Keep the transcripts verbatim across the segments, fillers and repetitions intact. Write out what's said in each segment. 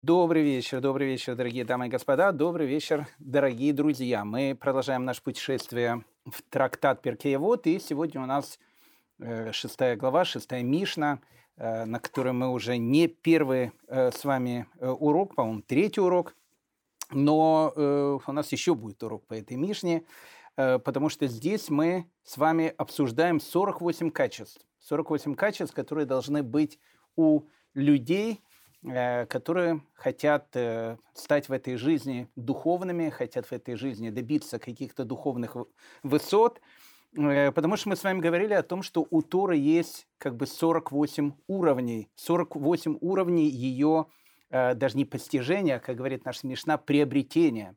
Добрый вечер, добрый вечер, дорогие дамы и господа, добрый вечер, дорогие друзья. Мы продолжаем наше путешествие в трактат Перкей Авот, и сегодня у нас э, шестая глава, шестая Мишна, э, на которой мы уже не первый э, с вами э, урок, по-моему, третий урок, но э, у нас еще будет урок по этой Мишне, э, потому что здесь мы с вами обсуждаем сорок восемь качеств, сорок восемь качеств, которые должны быть у людей, э, которые хотят э, стать в этой жизни духовными, хотят в этой жизни добиться каких-то духовных в- высот, Э, потому что мы с вами говорили о том, что у Торы есть как бы сорок восемь уровней, сорок восемь уровней ее э, даже не постижения, как говорит наша Мишна, приобретения.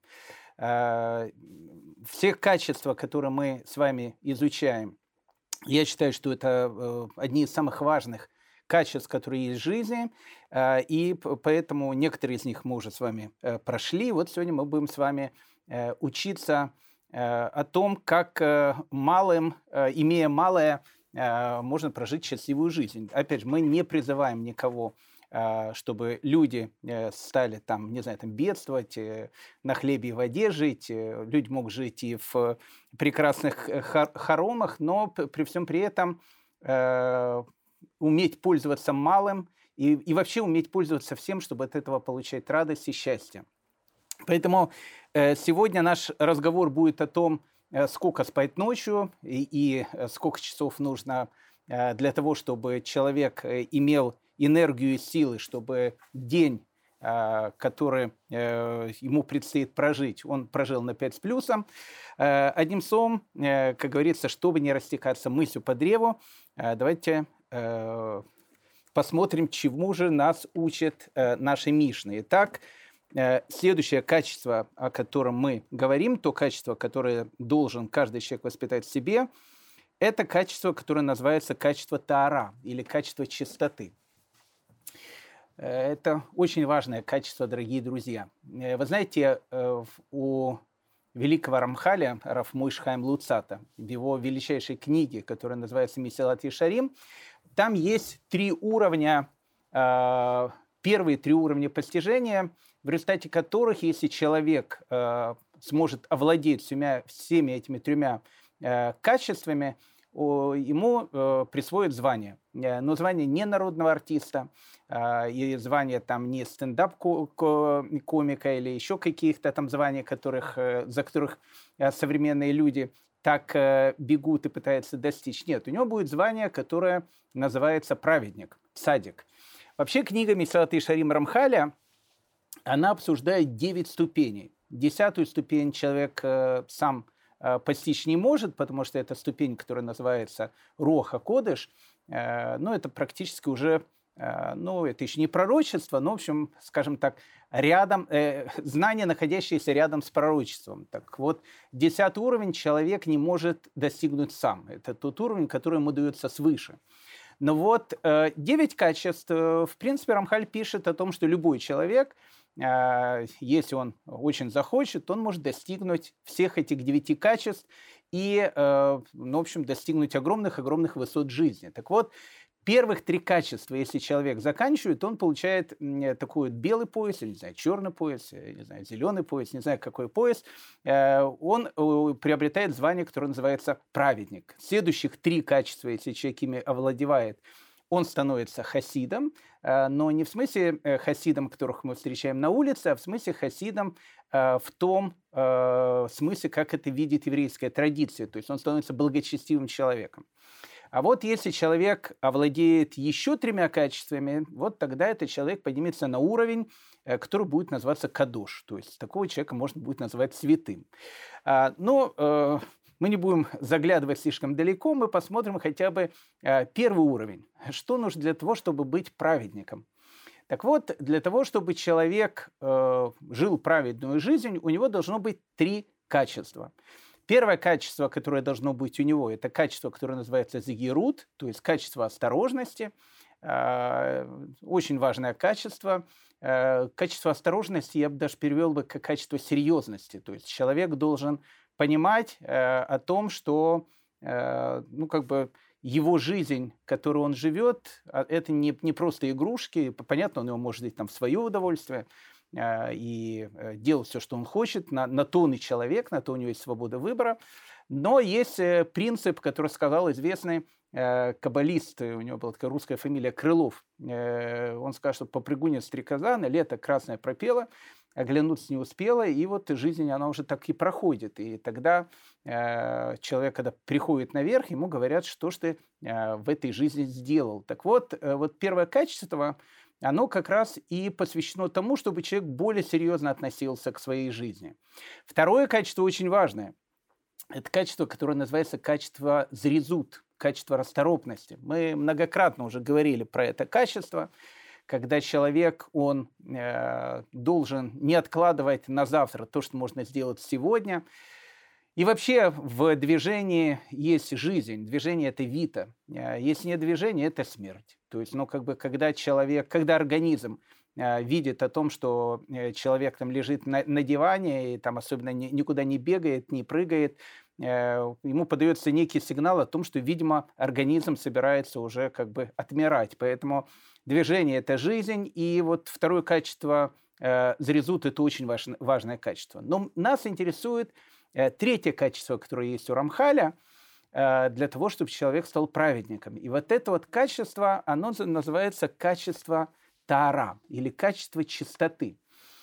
Э, Все качества, которые мы с вами изучаем, я считаю, что это э, одни из самых важных качеств, которые есть в жизни, э, и п- поэтому некоторые из них мы уже с вами э, прошли. Вот сегодня мы будем с вами э, учиться э, о том, как э, малым, э, имея малое, э, можно прожить счастливую жизнь. Опять же, мы не призываем никого, э, чтобы люди э, стали там, не знаю, там бедствовать, э, на хлебе и воде жить. Э, Люди могут жить и в прекрасных э, хор- хоромах, но п- при всем при этом э, уметь пользоваться малым и, и вообще уметь пользоваться всем, чтобы от этого получать радость и счастье. Поэтому э, сегодня наш разговор будет о том, э, сколько спать ночью и, и э, сколько часов нужно э, для того, чтобы человек э, имел энергию и силы, чтобы день, э, который э, ему предстоит прожить, он прожил на пять с плюсом. Э, одним словом, э, как говорится, чтобы не растекаться мыслью по древу, э, давайте э, посмотрим, чему же нас учат э, наши Мишны. Итак, э, следующее качество, о котором мы говорим, то качество, которое должен каждый человек воспитать в себе, это качество, которое называется качество таара или качество чистоты. Э, Это очень важное качество, дорогие друзья. Э, Вы знаете, э, в- у великого Рамхаля, Рав Мойши Хаим Луцата, в его величайшей книге, которая называется «Месилат Йешарим», там есть три уровня, а, первые три уровня постижения, в результате которых, если человек а, сможет овладеть всеми, всеми этими тремя а, качествами, о, ему э, присвоят звание. Э, Но звание не народного артиста, а, и звание там не стендап-комика или еще каких-то там званий, которых, э, за которых э, современные люди так э, бегут и пытаются достичь. Нет, у него будет звание, которое называется праведник, садик. Вообще книга Месилат Йешарим Рамхаля, она обсуждает девять ступеней. Десятую ступень человек э, сам э, постичь не может, потому что это ступень, которая называется Роха Кодыш. Э, ну, это практически уже, э, ну, это еще не пророчество, но, в общем, скажем так, рядом, э, знание, находящееся рядом с пророчеством. Так вот, десятый уровень человек не может достигнуть сам. Это тот уровень, который ему дается свыше. Но вот э, девять качеств, э, в принципе, Рамхаль пишет о том, что любой человек, э, если он очень захочет, он может достигнуть всех этих девяти качеств и, э, ну, в общем, достигнуть огромных-огромных высот жизни. Так вот, первых три качества, если человек заканчивает, он получает м, э, такой вот белый пояс, или, не знаю, черный пояс, э, не знаю, зеленый пояс, не знаю, какой пояс, э, он э, приобретает звание, которое называется праведник. Следующих три качества, если человек ими овладевает, он становится хасидом, э, но не в смысле э, хасидом, которых мы встречаем на улице, а в смысле хасидом э, в том э, смысле, как это видит еврейская традиция, то есть он становится благочестивым человеком. А вот если человек овладеет еще тремя качествами, вот тогда этот человек поднимется на уровень, э, который будет называться кадош. То есть такого человека можно будет назвать святым. А, но э, мы не будем заглядывать слишком далеко, мы посмотрим хотя бы э, первый уровень. Что нужно для того, чтобы быть праведником? Так вот, для того, чтобы человек э, жил праведную жизнь, у него должно быть три качества. Первое качество, которое должно быть у него, это качество, которое называется зигирут, то есть качество осторожности. Э, Очень важное качество. Э, Качество осторожности я бы даже перевел бы как качество серьезности. То есть человек должен понимать э, о том, что, э, ну, как бы его жизнь, которую он живет, это не, не просто игрушки. Понятно, он его может жить там в свое удовольствие и делать все, что он хочет. На, на то он и человек, на то у него есть свобода выбора. Но есть принцип, который сказал известный каббалист, у него была такая русская фамилия Крылов. Он сказал, что попрыгунья стрекоза, на лето красное пропела, оглянуться не успела, и вот жизнь, она уже так и проходит. И тогда э, человек, когда приходит наверх, ему говорят, что ж ты э, в этой жизни сделал. Так вот, э, вот первое качество, оно как раз и посвящено тому, чтобы человек более серьезно относился к своей жизни. Второе качество очень важное. Это качество, которое называется качество зрезут, качество расторопности. Мы многократно уже говорили про это качество, когда человек, он э, должен не откладывать на завтра то, что можно сделать сегодня. И вообще в движении есть жизнь. Движение – это вита. Если нет движения, это смерть. То есть, ну, как бы, когда человек, когда организм э, видит о том, что человек там лежит на, на диване и там особенно ни, никуда не бегает, не прыгает, э, ему подается некий сигнал о том, что, видимо, организм собирается уже как бы отмирать. Поэтому движение – это жизнь, и вот второе качество э, зрезут – это очень важ, важное качество. Но нас интересует э, третье качество, которое есть у Рамхаля, э, для того, чтобы человек стал праведником. И вот это вот качество, оно называется качество таара, или качество чистоты.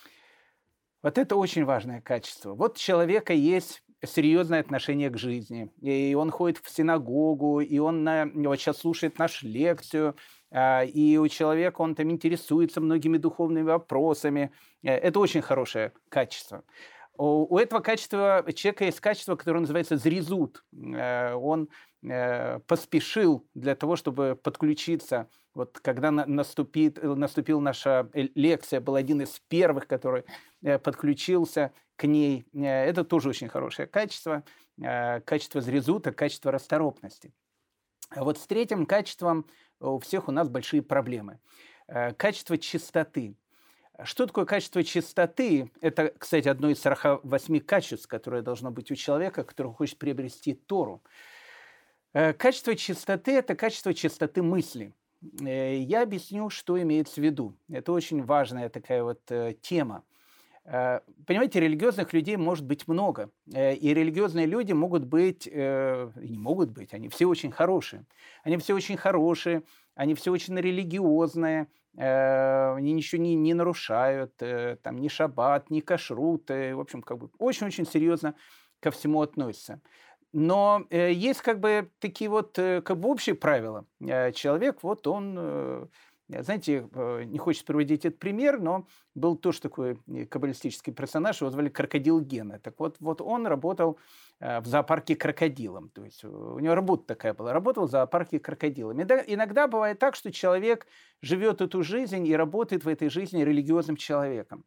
Вот это очень важное качество. Вот у человека есть серьезное отношение к жизни, и он ходит в синагогу, и он на, вот сейчас слушает нашу лекцию, и у человека он там интересуется многими духовными вопросами. Это очень хорошее качество. У этого качества человека есть качество, которое называется зрезут. Он поспешил для того, чтобы подключиться. Вот когда наступит, наступила наша лекция, был один из первых, который подключился к ней. Это тоже очень хорошее качество. Качество зрезута, качество расторопности. А вот с третьим качеством у всех у нас большие проблемы. Качество чистоты. Что такое качество чистоты? Это, кстати, одно из сорока восьми качеств, которое должно быть у человека, который хочет приобрести Тору. Качество чистоты – это качество чистоты мысли. Я объясню, что имеется в виду. Это очень важная такая вот тема. Понимаете, религиозных людей может быть много. И религиозные люди могут быть, не могут быть, они все очень хорошие. Они все очень хорошие, они все очень религиозные, они ничего не, не нарушают, там, ни шаббат, ни кашрут. В общем, как бы очень-очень серьезно ко всему относятся. Но есть как бы такие вот как бы общие правила. Человек, вот он... Знаете, не хочется приводить этот пример, но был тоже такой каббалистический персонаж, его звали Крокодил Гена. Так вот, вот он работал в зоопарке крокодилом. То есть у него работа такая была, работал в зоопарке крокодилом. Иногда бывает так, что человек живет эту жизнь и работает в этой жизни религиозным человеком.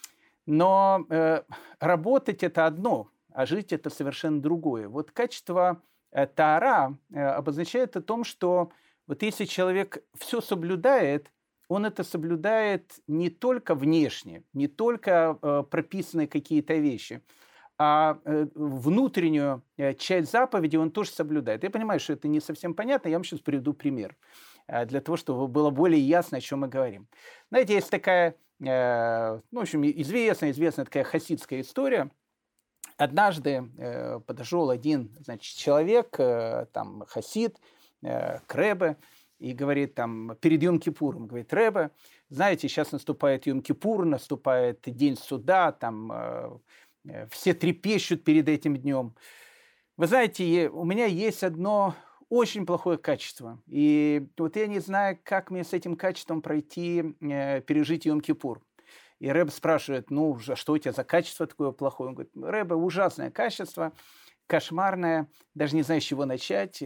Но э, работать – это одно, а жить – это совершенно другое. Вот качество э, таара э, обозначает о том, что вот если человек все соблюдает, он это соблюдает не только внешне, не только э, прописанные какие-то вещи, а э, внутреннюю э, часть заповеди он тоже соблюдает. Я понимаю, что это не совсем понятно, я вам сейчас приведу пример, э, для того, чтобы было более ясно, о чем мы говорим. Знаете, есть такая, э, ну, в общем, известная, известная такая хасидская история. Однажды э, подошел один, значит, человек, э, там, хасид, к Ребе и говорит там перед Йом-Кипуром, говорит: Ребе, знаете, сейчас наступает Йом-Кипур, наступает день суда, там э, все трепещут перед этим днем. Вы знаете, у меня есть одно очень плохое качество, и вот я не знаю, как мне с этим качеством пройти, э, пережить Йом-Кипур. И Ребе спрашивает: ну, что у тебя за качество такое плохое? Он говорит: Ребе, ужасное качество, кошмарное, даже не знаю, с чего начать.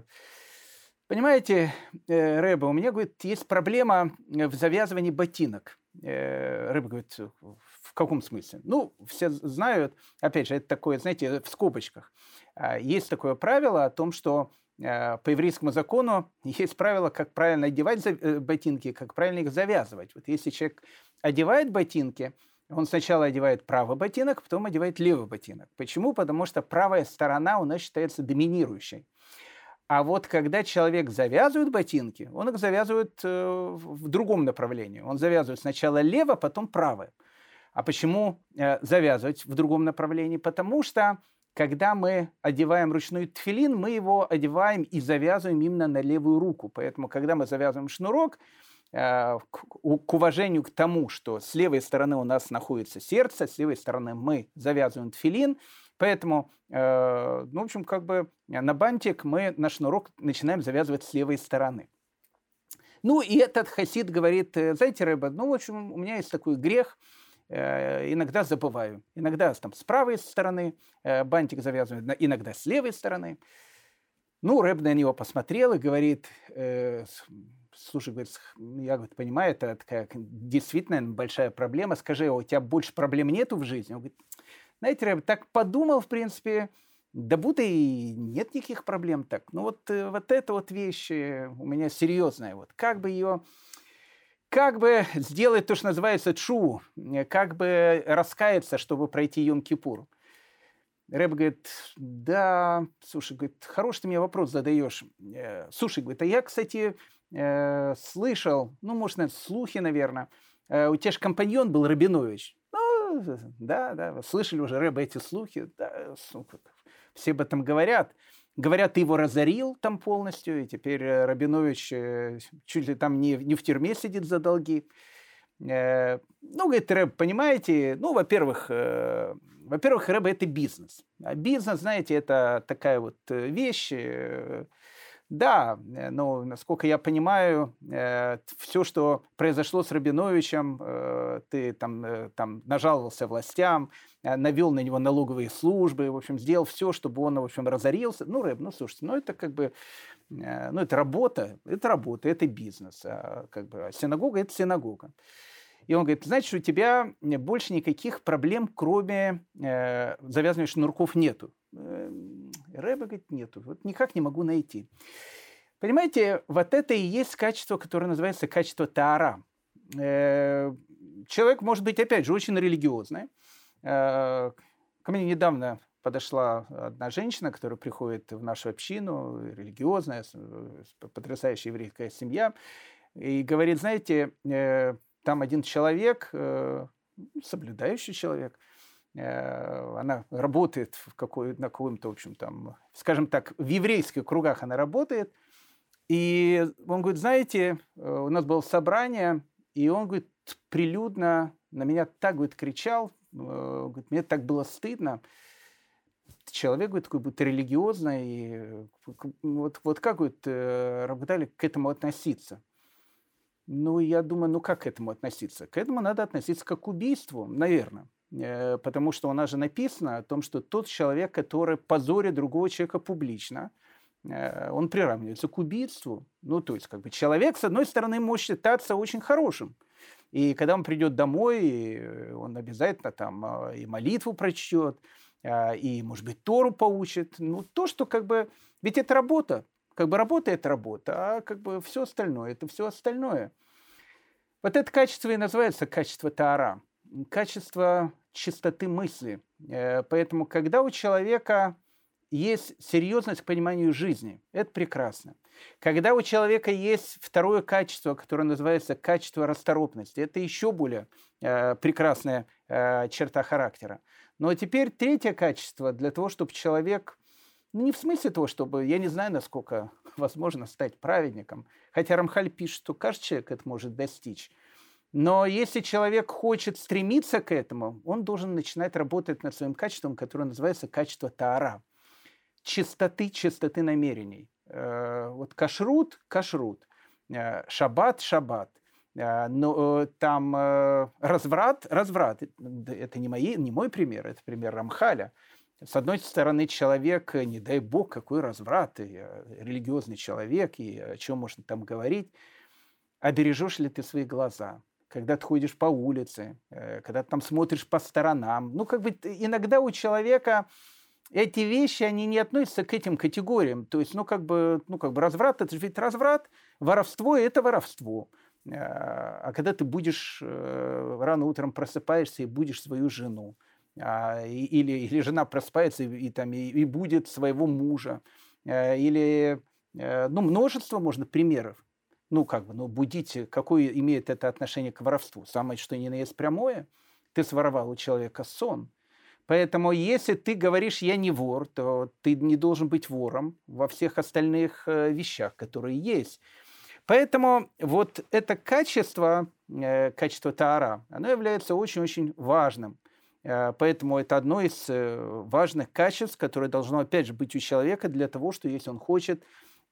Понимаете, Ребе, у меня, говорит, есть проблема в завязывании ботинок. Ребе говорит: в каком смысле? Ну, все знают, опять же, это такое, знаете, в скобочках. Есть такое правило о том, что по еврейскому закону есть правило, как правильно одевать ботинки, как правильно их завязывать. Вот если человек одевает ботинки, он сначала одевает правый ботинок, потом одевает левый ботинок. Почему? Потому что правая сторона у нас считается доминирующей. А вот когда человек завязывает ботинки, он их завязывает э, в другом направлении. Он завязывает сначала лево, потом право. А почему э, завязывать в другом направлении? Потому что, когда мы одеваем ручной тфилин, мы его одеваем и завязываем именно на левую руку. Поэтому, когда мы завязываем шнурок, э, к, к уважению к тому, что с левой стороны у нас находится сердце, с левой стороны мы завязываем тфилин, поэтому, э, ну, в общем, как бы на бантик мы на шнурок начинаем завязывать с левой стороны. Ну, и этот хасид говорит, знаете, Рэбе, ну, в общем, у меня есть такой грех, э, иногда забываю. Иногда там с правой стороны э, бантик завязываю, иногда с левой стороны. Ну, Рэбе на него посмотрел и говорит, э, слушай, говорит, я говорит, понимаю, это такая действительно большая проблема. Скажи, а у тебя больше проблем нету в жизни? Он говорит, знаете, Рэбе, так подумал, в принципе, да будто и нет никаких проблем так. Ну вот, вот эта вот вещь у меня серьезная. Вот. Как бы ее, как бы сделать то, что называется чу, как бы раскаяться, чтобы пройти Йом-Кипур. Рэб говорит, да, слушай, говорит, хороший ты мне вопрос задаешь. Слушай, говорит, а я, кстати, слышал, ну, может, наверное, слухи, наверное, у тебя же компаньон был Рабинович. Да, да, вы слышали уже, Рэбе, эти слухи, да, все об этом говорят. Говорят, ты его разорил там полностью, и теперь Рабинович чуть ли там не, не в тюрьме сидит за долги. Ну, говорит, Рэбе, понимаете, ну, во-первых, во-первых, Рэбе – это бизнес. А бизнес, знаете, это такая вот вещь. Да, но, насколько я понимаю, э, все, что произошло с Рабиновичем, э, ты там, э, там нажаловался властям, э, навел на него налоговые службы, в общем, сделал все, чтобы он, в общем, разорился. Ну, Рэб, ну, слушайте, ну, это как бы, э, ну, это работа, это работа, это бизнес. А, как бы, а синагога – это синагога. И он говорит, знаешь, у тебя больше никаких проблем, кроме э, завязывания шнурков, нету. Рэбе говорит, нету, вот никак не могу найти. Понимаете, вот это и есть качество, которое называется качество таара. Человек может быть, опять же, очень религиозный. Ко мне недавно подошла одна женщина, которая приходит в нашу общину, религиозная, потрясающая еврейская семья, и говорит, знаете, там один человек, соблюдающий человек, она работает в какой, на каком-то, в общем, там, скажем так, в еврейских кругах она работает. И он говорит, знаете, у нас было собрание, и он, говорит, прилюдно на меня так, говорит, кричал, говорит, мне так было стыдно. Человек, говорит, такой, будет религиозный, и вот, вот как, говорит, Рабдали к этому относиться? Ну, я думаю, ну как к этому относиться? К этому надо относиться как к убийству, наверное. Потому что у нас же написано о том, что тот человек, который позорит другого человека публично, он приравнивается к убийству. Ну, то есть, как бы человек, с одной стороны, может считаться очень хорошим. И когда он придет домой, он обязательно там и молитву прочтет, и, может быть, Тору поучит. Ну, то, что как бы... Ведь это работа. Как бы работа – это работа, а как бы все остальное – это все остальное. Вот это качество и называется качество таара. Качество чистоты мысли. Поэтому, когда у человека есть серьезность к пониманию жизни, это прекрасно. Когда у человека есть второе качество, которое называется качество расторопности, это еще более э, прекрасная э, черта характера. Но теперь третье качество для того, чтобы человек, ну, не в смысле того, чтобы, я не знаю, насколько возможно стать праведником, хотя Рамхаль пишет, что каждый человек это может достичь. Но если человек хочет стремиться к этому, он должен начинать работать над своим качеством, которое называется качество таара. Чистоты, чистоты намерений. Вот кашрут, кашрут. Шаббат, шаббат. Но там разврат, разврат. Это не, мои, не мой пример, это пример Рамхаля. С одной стороны, человек, не дай бог, какой разврат, и религиозный человек, и о чем можно там говорить. А бережешь ли ты свои глаза? Когда ты ходишь по улице, когда ты там смотришь по сторонам. Ну, как бы иногда у человека эти вещи, они не относятся к этим категориям. То есть, ну, как бы, ну, как бы разврат – это ведь разврат, воровство – это воровство. А когда ты будешь, рано утром просыпаешься и будешь свою жену, или, или жена просыпается и, и, там, и, и будет своего мужа, или ну, множество можно примеров. Ну, как бы, ну, будить, какое имеет это отношение к воровству? Самое, что ни на есть прямое. Ты своровал у человека сон. Поэтому, если ты говоришь «я не вор», то ты не должен быть вором во всех остальных вещах, которые есть. Поэтому вот это качество, качество таара, оно является очень-очень важным. Поэтому это одно из важных качеств, которое должно, опять же, быть у человека для того, что если он хочет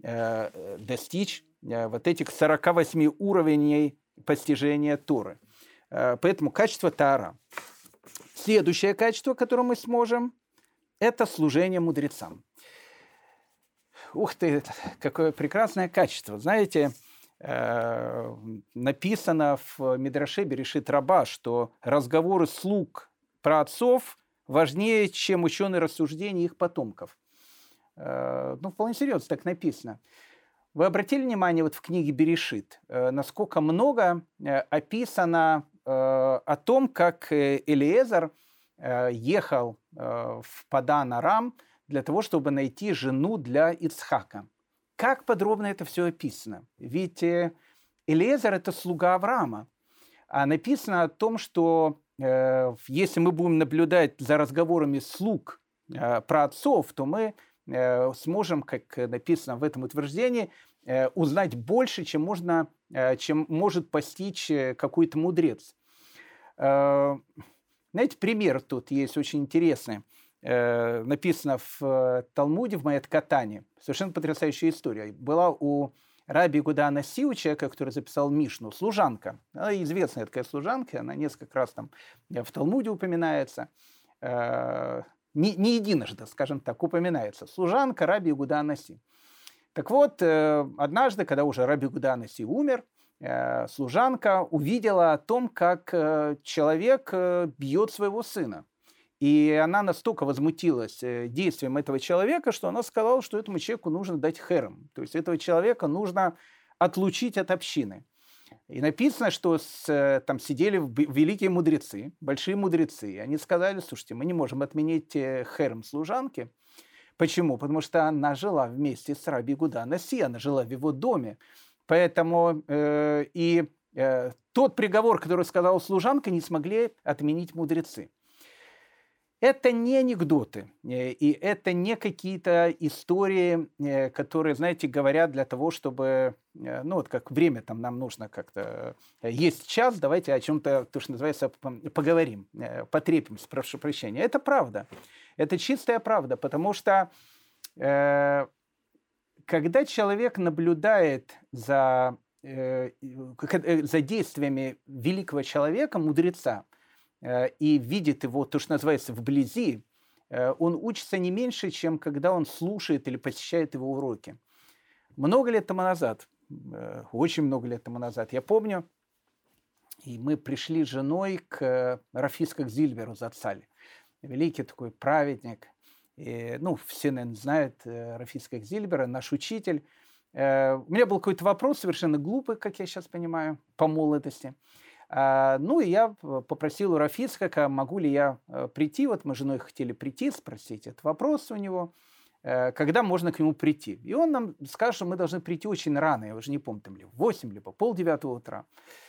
достичь вот этих сорока восьми уровней постижения Торы. Поэтому качество таара. Следующее качество, которое мы сможем, это служение мудрецам. Ух ты, какое прекрасное качество. Знаете, э, написано в Мидраше Берешит Раба, что разговоры слуг праотцов важнее, чем ученые рассуждения их потомков. Э, ну, вполне серьезно так написано. Вы обратили внимание вот в книге Берешит, э, насколько много э, описано э, о том, как Элиэзер э, ехал э, в Падан-Арам для того, чтобы найти жену для Ицхака. Как подробно это все описано? Ведь э, Элиэзер – это слуга Авраама. А написано о том, что э, если мы будем наблюдать за разговорами слуг э, праотцов, то мы э, сможем, как написано в этом утверждении, э, узнать больше, чем, можно, э, чем может постичь какой-то мудрец. Э, знаете, пример тут есть очень интересный. Э, написано в Талмуде, в Маэт Катане. Совершенно потрясающая история. Была у Раби Иуда Анаси, у человека, который записал Мишну, служанка. Она известная такая служанка, она несколько раз там в Талмуде упоминается. Э, не, не единожды, скажем так, упоминается. Служанка Раби Иуда Анаси. Так вот, э, однажды, когда уже Раби Иуда Анаси умер, э, служанка увидела о том, как э, человек э, бьет своего сына. И она настолько возмутилась действием этого человека, что она сказала, что этому человеку нужно дать херем. То есть этого человека нужно отлучить от общины. И написано, что с, там сидели великие мудрецы, большие мудрецы. И они сказали, слушайте, мы не можем отменить херем служанки. Почему? Потому что она жила вместе с Раби Иуда Анаси, она жила в его доме. Поэтому э, и э, тот приговор, который сказала служанка, не смогли отменить мудрецы. Это не анекдоты, и это не какие-то истории, которые, знаете, говорят для того, чтобы, ну вот как время там нам нужно как-то, есть час, давайте о чем-то, то, что называется, поговорим, потрепимся, прошу прощения. Это правда, это чистая правда, потому что э, когда человек наблюдает за, э, за действиями великого человека, мудреца, и видит его, то, что называется, вблизи, он учится не меньше, чем когда он слушает или посещает его уроки. Много лет тому назад, очень много лет тому назад, я помню, и мы пришли с женой к Раф Ицхак Зильберу Зацаль. Великий такой праведник. И, ну, все, наверное, знают Раф Ицхак Зильбера, наш учитель. У меня был какой-то вопрос, совершенно глупый, как я сейчас понимаю, по молодости. Ну, и я попросил у Раф Ицхака, могу ли я прийти. Вот мы с женой хотели прийти, спросить этот вопрос у него, когда можно к нему прийти. И он нам скажет, что мы должны прийти очень рано, я уже не помню, там, ли в восемь, либо полдевятого утра.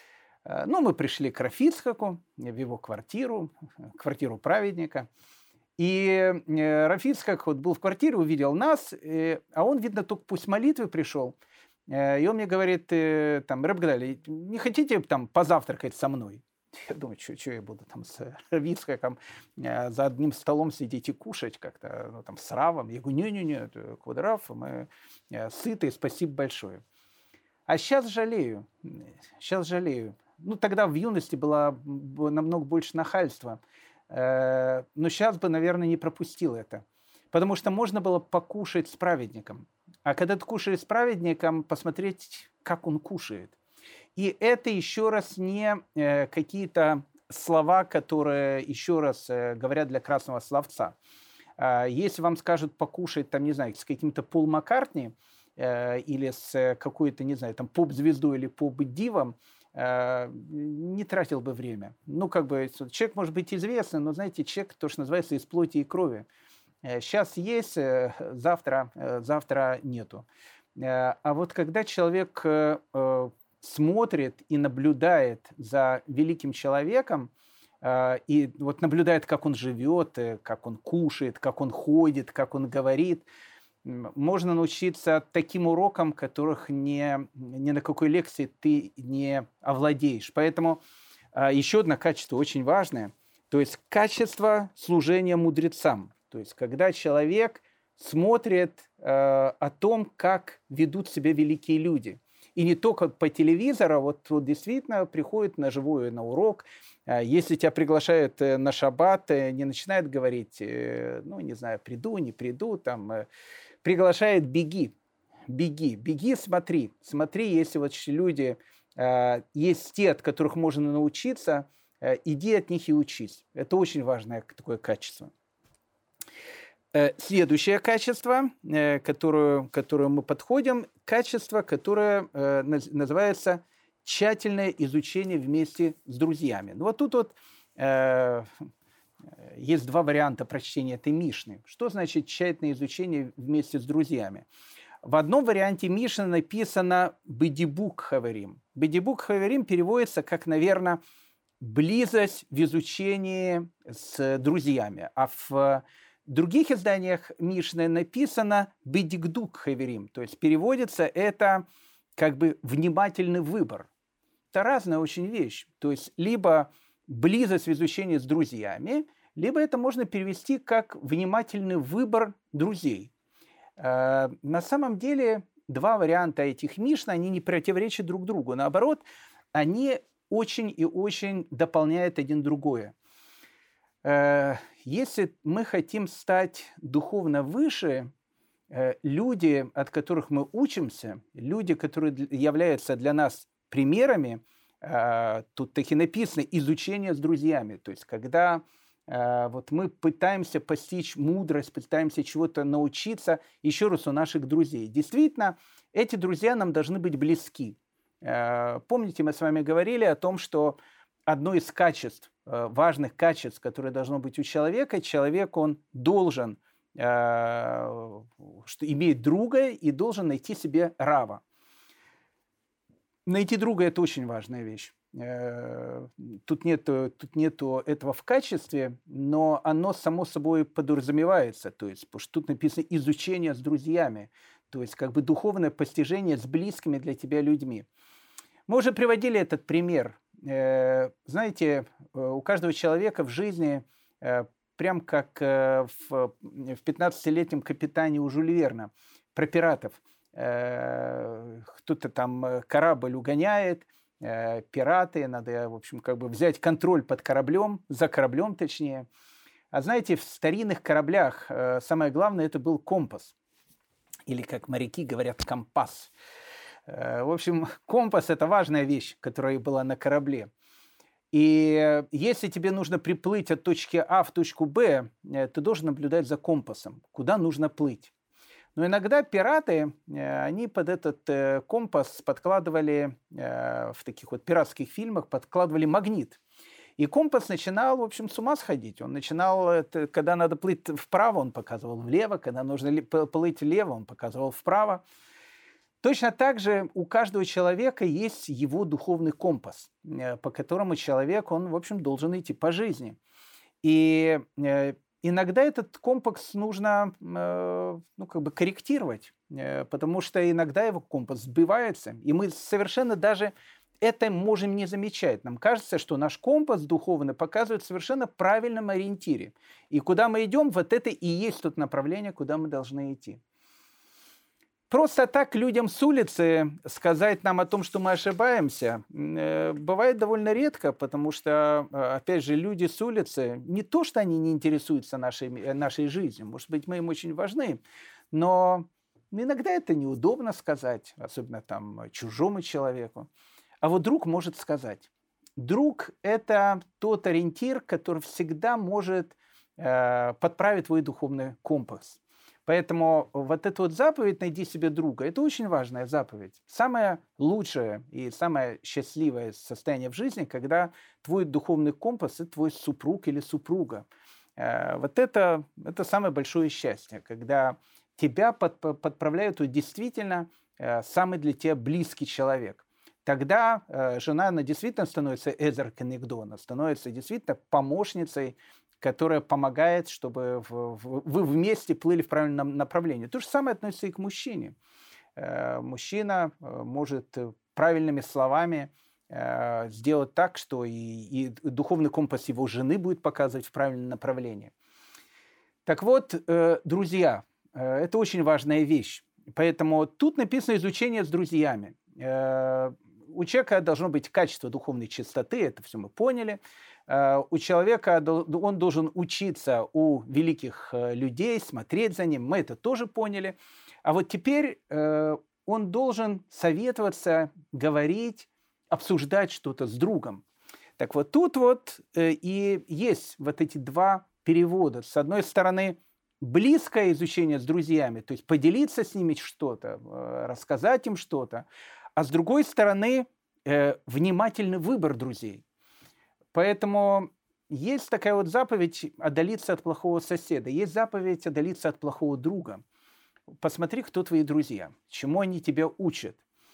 Ну, мы пришли к Раф Ицхаку, в его квартиру, квартиру праведника. И Раф Ицхак вот был в квартире, увидел нас, а он, видно, только пусть молитвы пришел. И он мне говорит, там, Рэб Гдаль, не хотите там позавтракать со мной? Я думаю, что я буду там с Рав Ицхаком за одним столом сидеть и кушать как-то, ну, там, с Равом. Я говорю, не-не-не, Квадрав, мы сыты, спасибо большое. А сейчас жалею, сейчас жалею. Ну, тогда в юности было намного больше нахальства. Но сейчас бы, наверное, не пропустил это. Потому что можно было покушать с праведником. А когда ты кушаешь с праведником, посмотреть, как он кушает. И это еще раз не э, какие-то слова, которые еще раз э, говорят для красного словца. Э, если вам скажут покушать, там, не знаю, с каким-то Пол Маккартни э, или с какой-то, не знаю, там, поп-звездой или поп-дивом, э, не тратил бы время. Ну, как бы, человек может быть известный, но, знаете, человек, то, что называется, из плоти и крови. Сейчас есть, завтра, завтра нету. Э, А вот когда человек э, э, смотрит и наблюдает за великим человеком, э, и вот наблюдает, как он живет, э, как он кушает, как он ходит, как он говорит, м, можно научиться таким урокам, которых не, ни на какой лекции ты не овладеешь. Поэтому а, еще одно качество очень важное, то есть качество служения мудрецам. То есть когда человек смотрит э, о том, как ведут себя великие люди. И не только по телевизору, вот, вот действительно приходит на живую на урок. Э, Если тебя приглашают э, на шаббат, э, не начинает говорить, э, ну, не знаю, приду, не приду, там, э, приглашает, беги, беги, беги, смотри. Смотри, если вот люди, э, есть те, от которых можно научиться, э, иди от них и учись. Это очень важное такое качество. Э, Следующее качество, э, которое, к которому мы подходим, качество, которое э, наз- называется тщательное изучение вместе с друзьями. Ну вот тут вот э, есть два варианта прочтения этой Мишны. Что значит тщательное изучение вместе с друзьями? В одном варианте Мишны написано «бедибук хаверим». «Бедибук хаверим» переводится как, наверное, близость в изучении с друзьями. А в других изданиях Мишны написано «бедигдук хаверим», то есть переводится это как бы внимательный выбор. Это разная очень вещь. То есть либо близость в изучении с друзьями, либо это можно перевести как внимательный выбор друзей. Э, На самом деле два варианта этих Мишн, они не противоречат друг другу. Наоборот, они очень и очень дополняют один другое. Э, Если мы хотим стать духовно выше, э, люди, от которых мы учимся, люди, которые дл- являются для нас примерами, э, тут таки написано изучение с друзьями. То есть когда э, вот мы пытаемся постичь мудрость, пытаемся чего-то научиться, еще раз, у наших друзей. Действительно, эти друзья нам должны быть близки. Э, Помните, мы с вами говорили о том, что одно из качеств, э, важных качеств, которое должно быть у человека, человек, он должен, э, что имеет друга и должен найти себе рава. Найти друга – это очень важная вещь. Э, Тут нету, тут нету этого в качестве, но оно само собой подразумевается. То есть, потому что тут написано «изучение с друзьями», то есть как бы духовное постижение с близкими для тебя людьми. Мы уже приводили этот пример. Э, Знаете, э, у каждого человека в жизни, э, прям как э, в в пятнадцатилетнем капитане у Жюля Верна, про пиратов. Э, Кто-то там э, корабль угоняет, э, пираты, надо, в общем, как бы взять контроль под кораблем, за кораблем точнее. А знаете, в старинных кораблях э, самое главное это был компас. Или, как моряки говорят, компас. Э, В общем, компас – это важная вещь, которая была на корабле. И если тебе нужно приплыть от точки А в точку Б, э, ты должен наблюдать за компасом, куда нужно плыть. Но иногда пираты, э, они под этот э, компас подкладывали, э, в таких вот пиратских фильмах, подкладывали магнит. И компас начинал, в общем, с ума сходить. Он начинал, это, когда надо плыть вправо, он показывал влево, когда нужно ли- п- плыть влево, он показывал вправо. Точно так же у каждого человека есть его духовный компас, э, по которому человек, он, в общем, должен идти по жизни. И э, иногда этот компас нужно, э, ну, как бы корректировать, э, потому что иногда его компас сбивается, и мы совершенно даже это можем не замечать. Нам кажется, что наш компас духовный показывает в совершенно правильном ориентире. И куда мы идем, вот это и есть тот направление, куда мы должны идти. Просто так людям с улицы сказать нам о том, что мы ошибаемся, э, бывает довольно редко, потому что, э, опять же, люди с улицы, не то, что они не интересуются нашей, э, нашей жизнью, может быть, мы им очень важны, но иногда это неудобно сказать, особенно там чужому человеку. А вот друг может сказать. Друг – это тот ориентир, который всегда может э, подправить твой духовный компас. Поэтому вот эта вот заповедь «найди себе друга» – это очень важная заповедь. Самое лучшее и самое счастливое состояние в жизни, когда твой духовный компас – это твой супруг или супруга. Э, Вот это, это самое большое счастье, когда тебя под, подправляют вот, действительно э, самый для тебя близкий человек. Тогда э, жена, она действительно становится эзер кенегдо, становится действительно помощницей, которая помогает, чтобы в, в, вы вместе плыли в правильном направлении. То же самое относится и к мужчине. Э, мужчина э, может правильными словами э, сделать так, что и, и духовный компас его жены будет показывать в правильном направлении. Так вот, э, друзья, э, это очень важная вещь. Поэтому тут написано изучение с друзьями. Э, у человека должно быть качество духовной чистоты, это все мы поняли. Э, у человека он должен учиться у великих э, людей, смотреть за ним, мы это тоже поняли. А вот теперь э, он должен советоваться, говорить, обсуждать что-то с другом. Так вот тут вот э, и есть вот эти два перевода. С одной стороны, близкое изучение с друзьями, то есть поделиться с ними что-то, э, рассказать им что-то, а с другой стороны, э, внимательный выбор друзей. Поэтому есть такая вот заповедь отдалиться от плохого соседа, есть заповедь отдалиться от плохого друга. Посмотри, кто твои друзья, чему они тебя учат.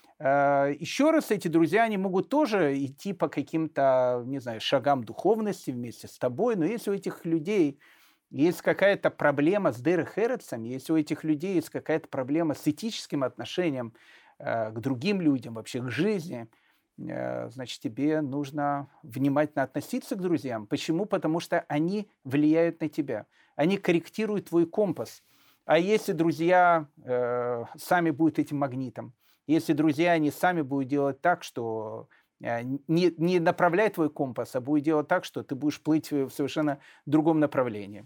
Еще раз, эти друзья, они могут тоже идти по каким-то, не знаю, шагам духовности вместе с тобой, но если у этих людей есть какая-то проблема с дейрех эрецем, если у этих людей есть какая-то проблема с этическим отношением к другим людям, вообще к жизни, значит, тебе нужно внимательно относиться к друзьям. Почему? Потому что они влияют на тебя, они корректируют твой компас. А если друзья э, сами будут этим магнитом, если друзья, они сами будут делать так, что э, не, не направляй твой компас, а будут делать так, что ты будешь плыть в совершенно другом направлении,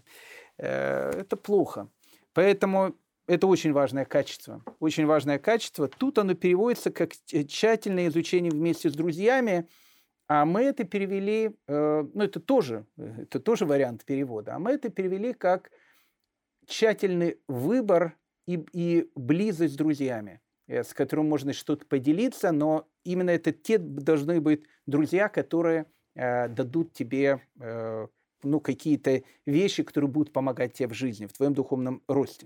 э, это плохо. Поэтому это очень важное качество. Очень важное качество. Тут оно переводится как тщательное изучение вместе с друзьями, а мы это перевели, э, ну это тоже, это тоже вариант перевода, а мы это перевели как тщательный выбор и, и близость с друзьями, с которым можно что-то поделиться, но именно это те должны быть друзья, которые э, дадут тебе э, ну, какие-то вещи, которые будут помогать тебе в жизни, в твоем духовном росте.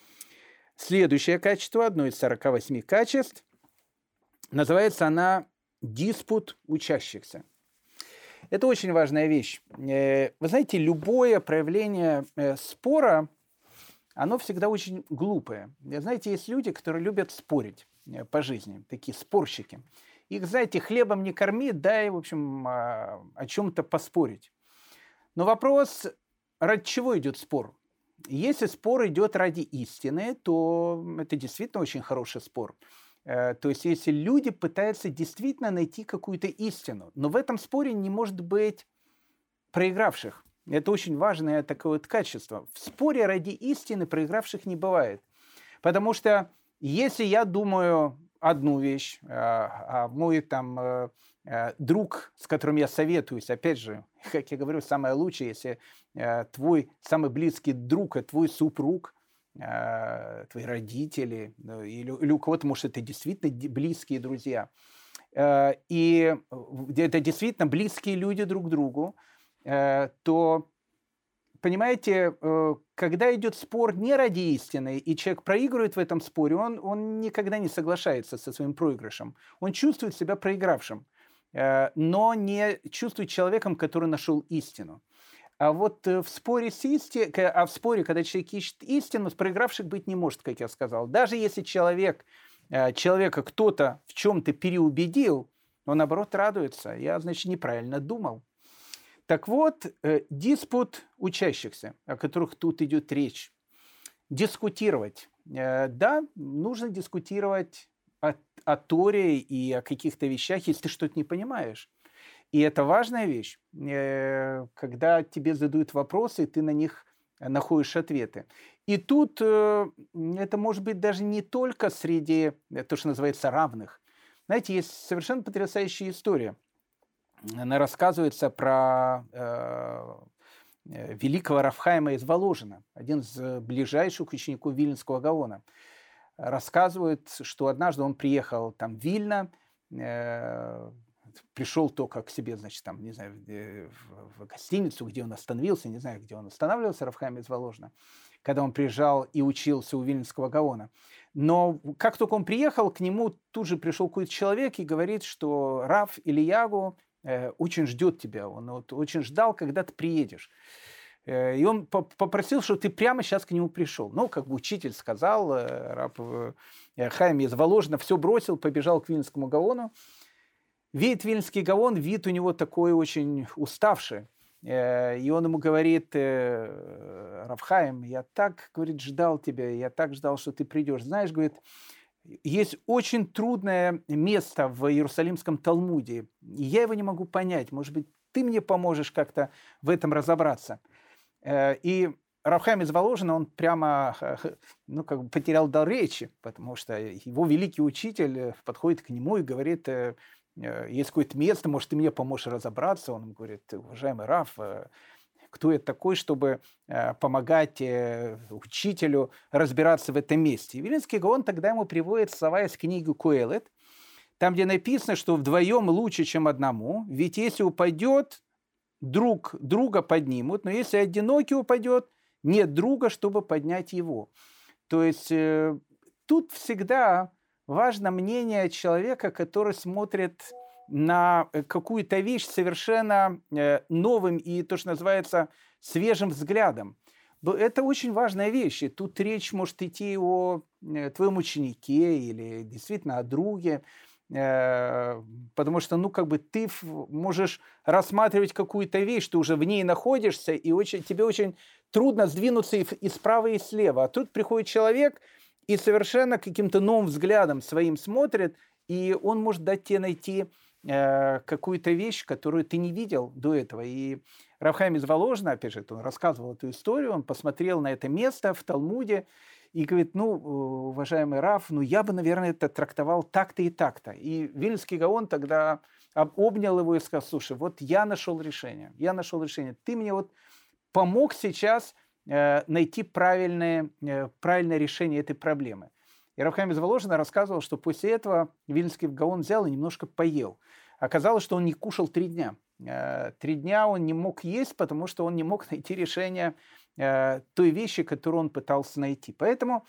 Следующее качество, одно из сорока восьми качеств, называется она диспут учащихся. Это очень важная вещь. Вы знаете, любое проявление спора, оно всегда очень глупое. Знаете, есть люди, которые любят спорить по жизни, такие спорщики. Их, знаете, хлебом не корми, дай, в общем, о чем-то поспорить. Но вопрос, ради чего идет спор? Если спор идет ради истины, то это действительно очень хороший спор. То есть если люди пытаются действительно найти какую-то истину, но в этом споре не может быть проигравших. Это очень важное такое вот качество. В споре ради истины проигравших не бывает. Потому что если я думаю одну вещь, а мой там друг, с которым я советуюсь, опять же, как я говорю, самое лучшее, если твой самый близкий друг, твой супруг, твои родители, или, или у кого-то, может, это действительно близкие друзья, и это действительно близкие люди друг к другу, то, понимаете, когда идет спор не ради истины, и человек проигрывает в этом споре, он, он никогда не соглашается со своим проигрышем. Он чувствует себя проигравшим, но не чувствует человеком, который нашел истину. А вот в споре, с исти... а в споре, когда человек ищет истину, проигравших быть не может, как я сказал. Даже если человек, человека кто-то в чем-то переубедил, он, наоборот, радуется. Я, значит, неправильно думал. Так вот, диспут учащихся, о которых тут идет речь. Дискутировать. Да, нужно дискутировать о, о Торе и о каких-то вещах, если ты что-то не понимаешь. И это важная вещь, когда тебе задают вопросы, и ты на них находишь ответы. И тут это может быть даже не только среди, то, что называется, равных. Знаете, есть совершенно потрясающая история. Она рассказывается про э, великого Рав Хаима из Воложина, один из ближайших учеников Вильнского Гаона. Рассказывает, что однажды он приехал там в Вильно, э, пришел только к себе, значит, там, не знаю, в, в гостиницу, где он остановился, не знаю, где он останавливался, Рав Хаим из Воложина, когда он приезжал и учился у Вильнюсского Гаона. Но как только он приехал, к нему тут же пришел какой-то человек и говорит, что Рав Ильягу э, очень ждет тебя, он вот очень ждал, когда ты приедешь. Э, и он попросил, чтобы ты прямо сейчас к нему пришел. Ну, как бы учитель сказал, э, Рав э, Хаим из Воложина все бросил, побежал к Вильнюсскому Гаону. Видит Вильнюсский Гаон, вид у него такой очень уставший. И он ему говорит: Рав Хаим, я так, говорит, ждал тебя, я так ждал, что ты придешь. Знаешь, говорит, есть очень трудное место в Иерусалимском Талмуде, и я его не могу понять. Может быть, ты мне поможешь как-то в этом разобраться. И Рав Хаим из Воложина, он прямо, ну, как бы потерял дар речи, потому что его великий учитель подходит к нему и говорит: есть какое-то место, может, ты мне поможешь разобраться. Он говорит: уважаемый Рав, кто я такой, чтобы помогать учителю разбираться в этом месте? И Вильнюсский Гаон тогда ему приводит слова из книги Коэлет, там, где написано, что вдвоем лучше, чем одному, ведь если упадет, друг друга поднимут, но если одинокий упадет, нет друга, чтобы поднять его. То есть тут всегда важно мнение человека, который смотрит на какую-то вещь совершенно новым и, то, что называется, свежим взглядом. Это очень важная вещь. И тут речь может идти о твоем ученике или действительно о друге, потому что, ну, как бы ты можешь рассматривать какую-то вещь, ты уже в ней находишься, и очень, тебе очень трудно сдвинуться и, и справа, и слева. А тут приходит человек и совершенно каким-то новым взглядом своим смотрит, и он может дать тебе найти э, какую-то вещь, которую ты не видел до этого. И Рав Хаим из Воложина, опять же, он рассказывал эту историю, он посмотрел на это место в Талмуде и говорит: ну, уважаемый Рав, ну, я бы, наверное, это трактовал так-то и так-то. И Вильнюсский Гаон тогда обнял его и сказал: слушай, вот я нашел решение, я нашел решение, ты мне вот помог сейчас найти правильное, правильное решение этой проблемы. И Рав Хаим из Воложина рассказывал, что после этого Вильнюсский Гаон взял и немножко поел. Оказалось, что он не кушал три дня. Три дня он не мог есть, потому что он не мог найти решение той вещи, которую он пытался найти. Поэтому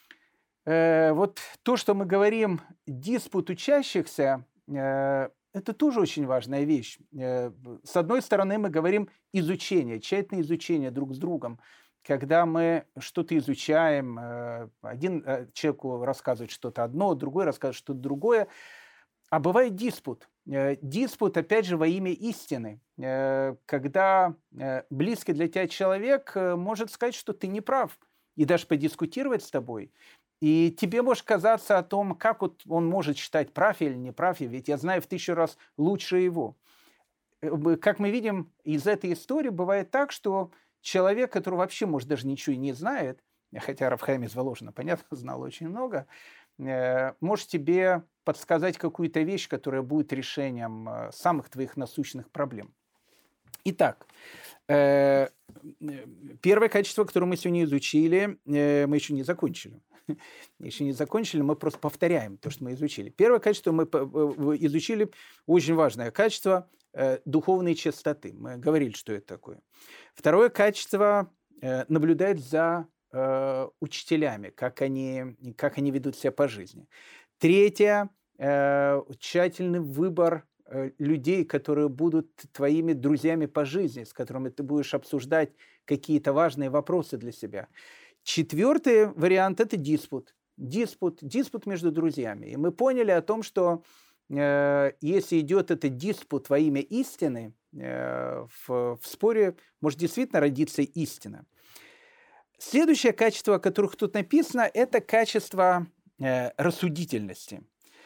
вот то, что мы говорим, диспут учащихся, это тоже очень важная вещь. С одной стороны, мы говорим изучение, тщательное изучение друг с другом. Когда мы что-то изучаем, один человеку рассказывает что-то одно, другой рассказывает что-то другое. А бывает диспут. Диспут, опять же, во имя истины. Когда близкий для тебя человек может сказать, что ты не прав, и даже подискутировать с тобой. И тебе может казаться о том, как вот он может считать прав или не прав, ведь я знаю в тысячу раз лучше его. Как мы видим из этой истории, бывает так, что человек, который вообще, может, даже ничего и не знает, хотя Рав Хаим из Воложина, понятно, знал очень много, может тебе подсказать какую-то вещь, которая будет решением самых твоих насущных проблем. Итак, первое качество, которое мы сегодня изучили, мы еще не закончили. Еще не закончили, мы просто повторяем то, что мы изучили. Первое качество мы изучили, очень важное качество духовной чистоты. Мы говорили, что это такое. Второе качество наблюдать за учителями, как они, как они ведут себя по жизни. Третье тщательный выбор людей, которые будут твоими друзьями по жизни, с которыми ты будешь обсуждать какие-то важные вопросы для себя. Четвертый вариант – это диспут. Диспут, диспут между друзьями. И мы поняли о том, что э, если идет этот диспут во имя истины, э, в, в споре может действительно родиться истина. Следующее качество, о которых тут написано, это качество э, рассудительности.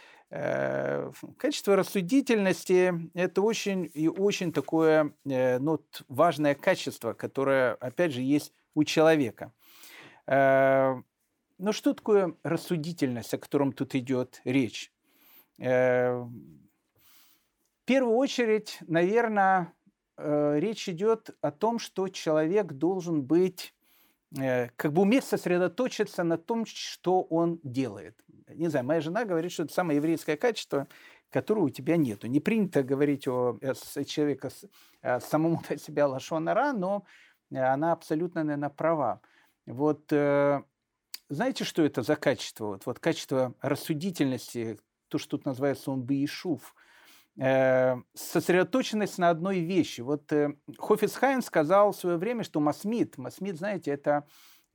Э, качество рассудительности – это очень и очень такое э, ну, важное качество, которое, опять же, есть у человека. Но что такое рассудительность, о котором тут идет речь? В первую очередь, наверное, речь идет о том, что человек должен быть, как бы уметь сосредоточиться на том, что он делает. Не знаю, моя жена говорит, что это самое еврейское качество, которой у тебя нету. Не принято говорить о с человека с э, самому от себя лашон ара, но э, она абсолютно, наверно, права. Вот, э, знаете, что это за качество? Вот вот качество рассудительности, то, что тут называется он бейшув, э, сосредоточенность на одной вещи. Вот, э, Хофец Хаим сказал в свое время, что масмид, масмид, знаете, это,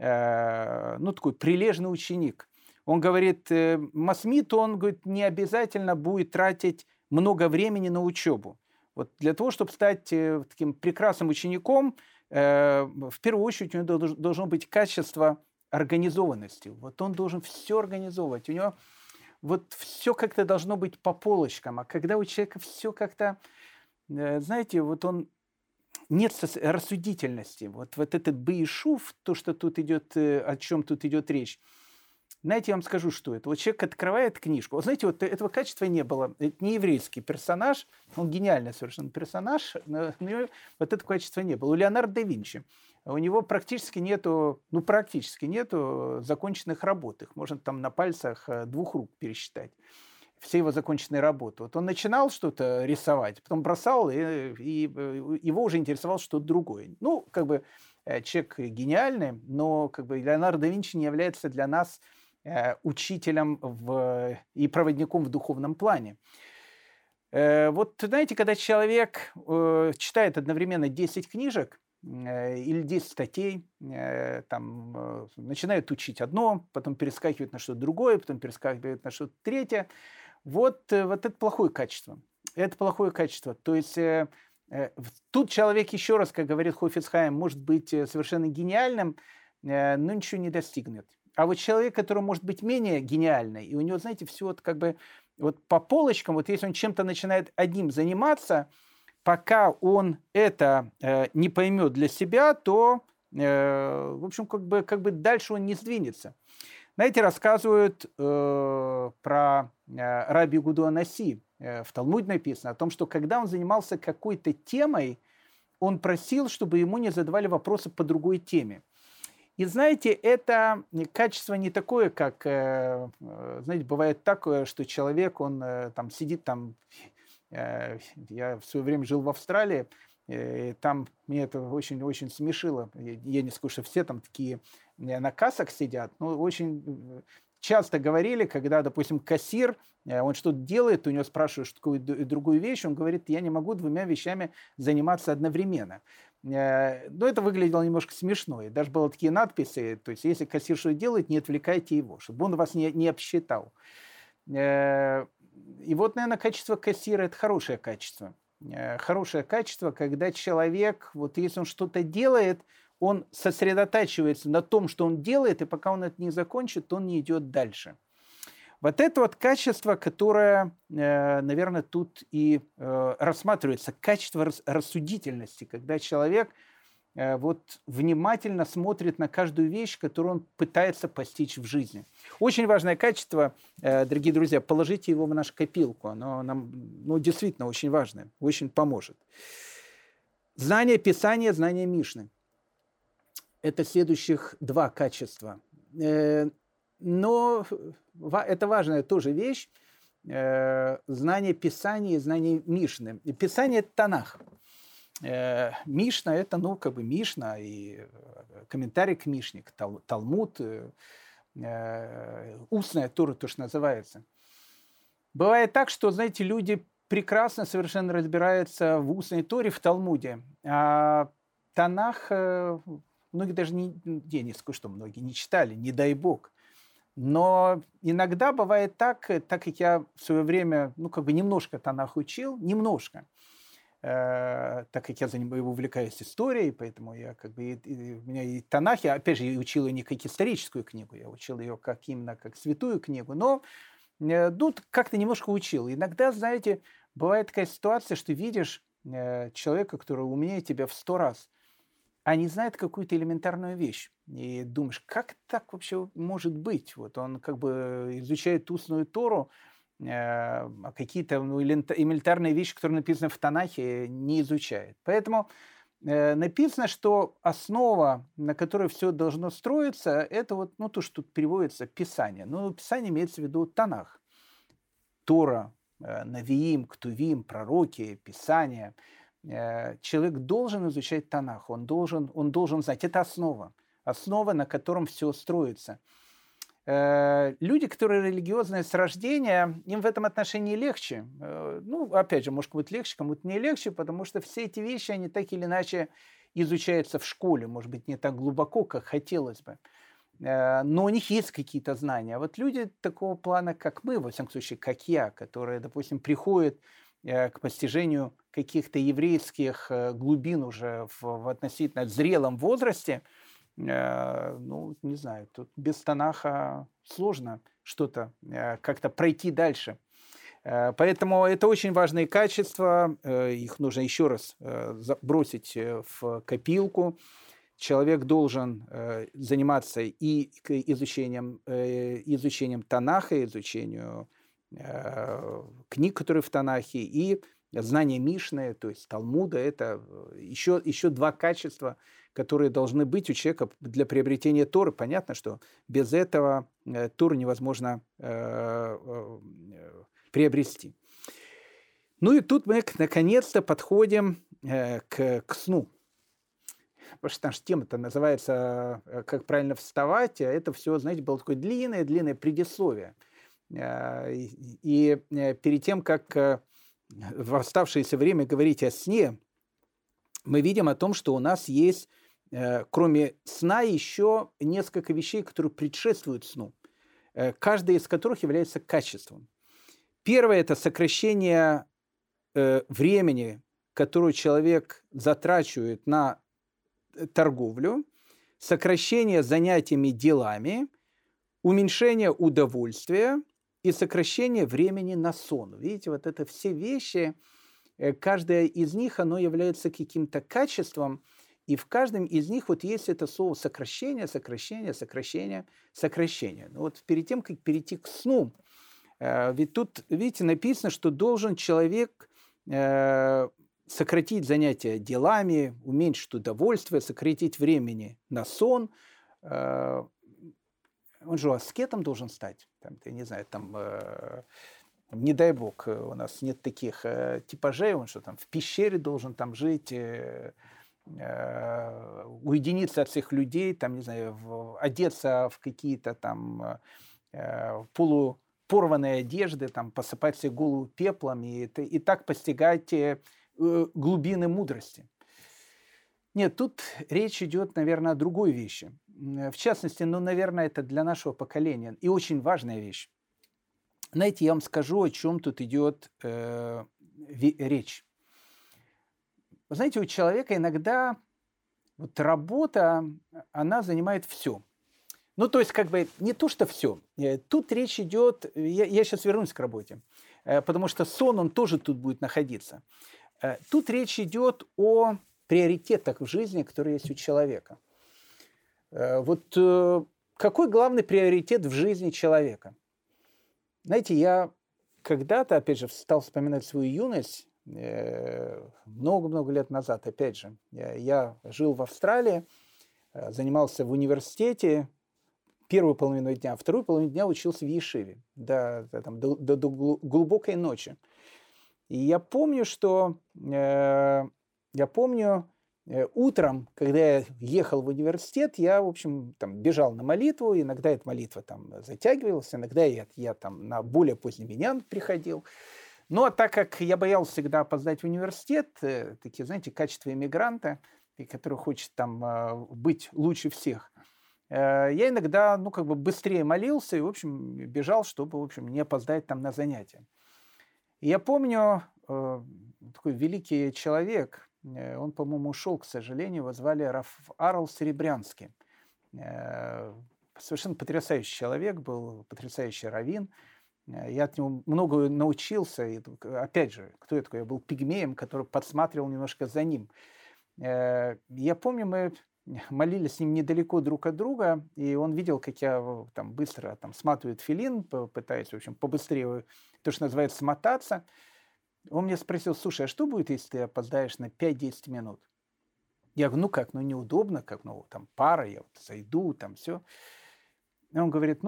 э, ну, такой прилежный ученик. Он говорит, э, масмид, он, говорит, не обязательно будет тратить много времени на учебу. Вот для того, чтобы стать э, таким прекрасным учеником, э, в первую очередь у него долж- должно быть качество организованности. Вот он должен все организовывать. У него вот все как-то должно быть по полочкам. А когда у человека все как-то, э, знаете, вот он нет сос- рассудительности. Вот, вот этот бейшув, то, что тут идет, э, о чем тут идет речь. Знаете, я вам скажу, что это. Вот человек открывает книжку. Вот знаете, вот этого качества не было. Это не еврейский персонаж, он гениальный совершенно персонаж, но у него вот этого качества не было. У Леонардо да Винчи у него практически нету, ну практически нету законченных работ. Их можно там на пальцах э, двух рук пересчитать. Все его законченные работы. Вот он начинал что-то рисовать, потом бросал, и, и э, его уже интересовало что-то другое. Ну, как бы э, человек гениальный, но как бы Леонардо да Винчи не является для нас э, учителем в, и проводником в духовном плане. Э, вот знаете, когда человек э, читает одновременно десять книжек э, или десять статей, э, там, э, начинает учить одно, потом перескакивает на что-то другое, потом перескакивает на что-то третье, вот, э, вот это плохое качество. Это плохое качество. То есть э, э, в- тут человек, еще раз, как говорит Хофец Хаим, может быть э, совершенно гениальным, э, но ничего не достигнет. А вот человек, который может быть менее гениальный, и у него, знаете, все вот как бы вот по полочкам, вот если он чем-то начинает одним заниматься, пока он это э, не поймет для себя, то, э, в общем, как бы, как бы дальше он не сдвинется. Знаете, рассказывают э, про э, Раби Гуду Анаси, э, в Талмуде написано, о том, что когда он занимался какой-то темой, он просил, чтобы ему не задавали вопросы по другой теме. И знаете, это качество не такое, как, э, э, знаете, бывает такое, что человек, он э, там сидит там, э, я в свое время жил в Австралии, э, там мне это очень-очень смешило. Я я не скажу, что все там такие э, на кассах сидят, но очень э, часто говорили, когда, допустим, кассир, э, он что-то делает, у него спрашивают что такую д- другую вещь, он говорит, я не могу двумя вещами заниматься одновременно. Э, Но это выглядело немножко смешно. И даже были такие надписи, то есть если кассир что делает, не отвлекайте его, чтобы он вас не, не обсчитал. Э, И вот, наверное, качество кассира – это хорошее качество. Э, Хорошее качество, когда человек, вот если он что-то делает, он сосредотачивается на том, что он делает, и пока он это не закончит, он не идет дальше. Вот это вот качество, которое, э, наверное, тут и э, рассматривается, качество рас- рассудительности, когда человек э, вот внимательно смотрит на каждую вещь, которую он пытается постичь в жизни. Очень важное качество, э, дорогие друзья, положите его в нашу копилку, оно нам, ну, действительно очень важное, очень поможет. Знание Писания, знание Мишны. Это следующих два качества. Э, Но ва- это важная тоже вещь. э, Знание Писания и знание Мишны. И Писание – это Танах. Э, Мишна – это, ну, как бы Мишна и э, комментарий к Мишне, к Тал- Талмуд, э, э, устная Тора, то, что называется. Бывает так, что, знаете, люди прекрасно совершенно разбираются в устной Торе, в Талмуде, а Танах э, многие даже не, я не скажу, что многие не читали, не дай бог. Но иногда бывает так, э, так как я в свое время, ну, как бы немножко Танах учил, немножко, э, так как я за ним увлекаюсь историей, поэтому я как бы, и- и у меня и Танах, я опять же и учил ее не как историческую книгу, я учил ее как именно как святую книгу, но Э, ну, т как-то немножко учил. Иногда, знаете, бывает такая ситуация, что видишь, э, человека, который умнее тебя в сто раз, а не знает какую-то элементарную вещь. И думаешь: "Как так вообще может быть?" Вот он как бы изучает устную Тору, э, а какие-то, ну, элемента элементарные вещи, которые написаны в Танахе, не изучает. Поэтому э, написано, что основа, на которой все должно строиться, это вот, ну, то, что тут переводится Писание. Ну, Писание имеется в виду Танах, Тора. э, Навиим, Ктувим, пророки, Писания. Э, человек должен изучать Танах, он должен, он должен знать. Это основа, основа, на котором все строится. Э, люди, которые религиозные с рождения, им в этом отношении легче. Э, ну, опять же, может быть, легче, кому-то не легче, потому что все эти вещи, они так или иначе изучаются в школе, может быть, не так глубоко, как хотелось бы. Э, но у них есть какие-то знания. А вот люди такого плана, как мы, во всяком случае, как я, которые, допустим, приходят э, к постижению каких-то еврейских э, глубин уже в, в относительно зрелом возрасте, э, ну, не знаю, тут без Танаха сложно что-то э, как-то пройти дальше. Э, Поэтому это очень важные качества, э, их нужно еще раз э, бросить э, в копилку. Человек должен э, заниматься и к- изучением, э, изучением Танаха, изучением э, книг, которые в Танахе, и знание Мишны, то есть Талмуда. Это э, еще, еще два качества, которые должны быть у человека для приобретения Торы. Понятно, что без этого э, Тору невозможно э, э, приобрести. Ну и тут мы наконец-то подходим э, к, к сну. Потому что наша тема-то называется э, «Как правильно вставать», а это все, знаете, было такое длинное-длинное предисловие. Э, И, и, э, перед тем, как э, в оставшееся время говорить о сне, мы видим о том, что у нас есть, э, кроме сна, еще несколько вещей, которые предшествуют сну, э, каждая из которых является качеством. Первое – это сокращение э, времени, которое человек затрачивает на торговлю, сокращение занятиями делами, уменьшение удовольствия и сокращение времени на сон. Видите, вот это все вещи, э, каждая из них, оно является каким-то качеством, и в каждом из них вот есть это слово сокращение, сокращение, сокращение, сокращение. Но вот перед тем, как перейти к сну, э, ведь тут, видите, написано, что должен человек э, сократить занятия делами, уменьшить удовольствие, сократить времени на сон. Э, Он же аскетом должен стать. Там, я не знаю, там, э, не дай бог, э, у нас нет таких э, типажей, он что там в пещере должен там жить, э, э, уединиться от всех людей, там, не знаю, в- одеться в какие-то там э, полупорванные одежды, там, посыпать себе голову пеплом и, это- и так постигать э, э, глубины мудрости. Нет, тут речь идет, наверное, о другой вещи. М, В частности, ну, наверное, это для нашего поколения и очень важная вещь. Знаете, я вам скажу, о чем тут идет э, ви- речь. Вы знаете, у человека иногда вот работа, она занимает все. Ну, то есть, как бы не то, что все. Тут речь идет, я, я сейчас вернусь к работе, э, потому что сон, он тоже тут будет находиться. Э, Тут речь идет о приоритетах в жизни, которые есть у человека. Э, Вот э, какой главный приоритет в жизни человека? Знаете, я когда-то, опять же, стал вспоминать свою юность, э, много-много лет назад, опять же. Я, я жил в Австралии, э, занимался в университете первую половину дня, а вторую половину дня учился в Ешиве до, до, там, до, до- до глу- глубокой ночи. И я помню, что э, я помню э, утром, когда я ехал в университет, я, в общем, там бежал на молитву. Иногда эта молитва там затягивалась, иногда я, я там на более поздний миньян приходил. Ну, а так как я боялся всегда опоздать в университет, э, такие, знаете, качества иммигранта, и который хочет там э, быть лучше всех, э, я иногда, ну, как бы быстрее молился и, в общем, бежал, чтобы, в общем, не опоздать там на занятия. И я помню, э, такой великий человек, э, он, по-моему, ушел, к сожалению, его звали Раф Арл Серебрянский. Э, Совершенно потрясающий человек был, потрясающий раввин. Э, Я от него много научился. И, опять же, кто я такой? Я был пигмеем, который подсматривал немножко за ним. Э, Я помню, мы молились с ним недалеко друг от друга, и он видел, как я э, там быстро там сматываю филин, п- пытаюсь, в общем, побыстрее, то, что называется, смотаться. Он мне спросил: слушай, а что будет, если ты опоздаешь на пять-десять минут? Я говорю: ну как, ну неудобно, как, ну там пара, я вот зайду, там все. И он говорит: ну,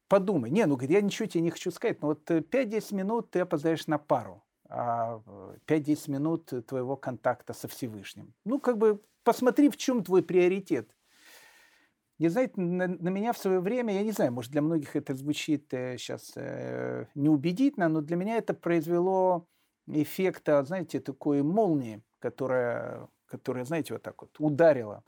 подумай. Не, ну, говорит, я ничего тебе не хочу сказать, но вот пять-десять минут ты опоздаешь на пару, а пять-десять минут твоего контакта со Всевышним. Ну, как бы посмотри, в чем твой приоритет. И знаете, на, на меня в свое время, я не знаю, может, для многих это звучит э, сейчас э, неубедительно, но для меня это произвело эффект, а, знаете, такой молнии, которая, которая, знаете, вот так вот ударила.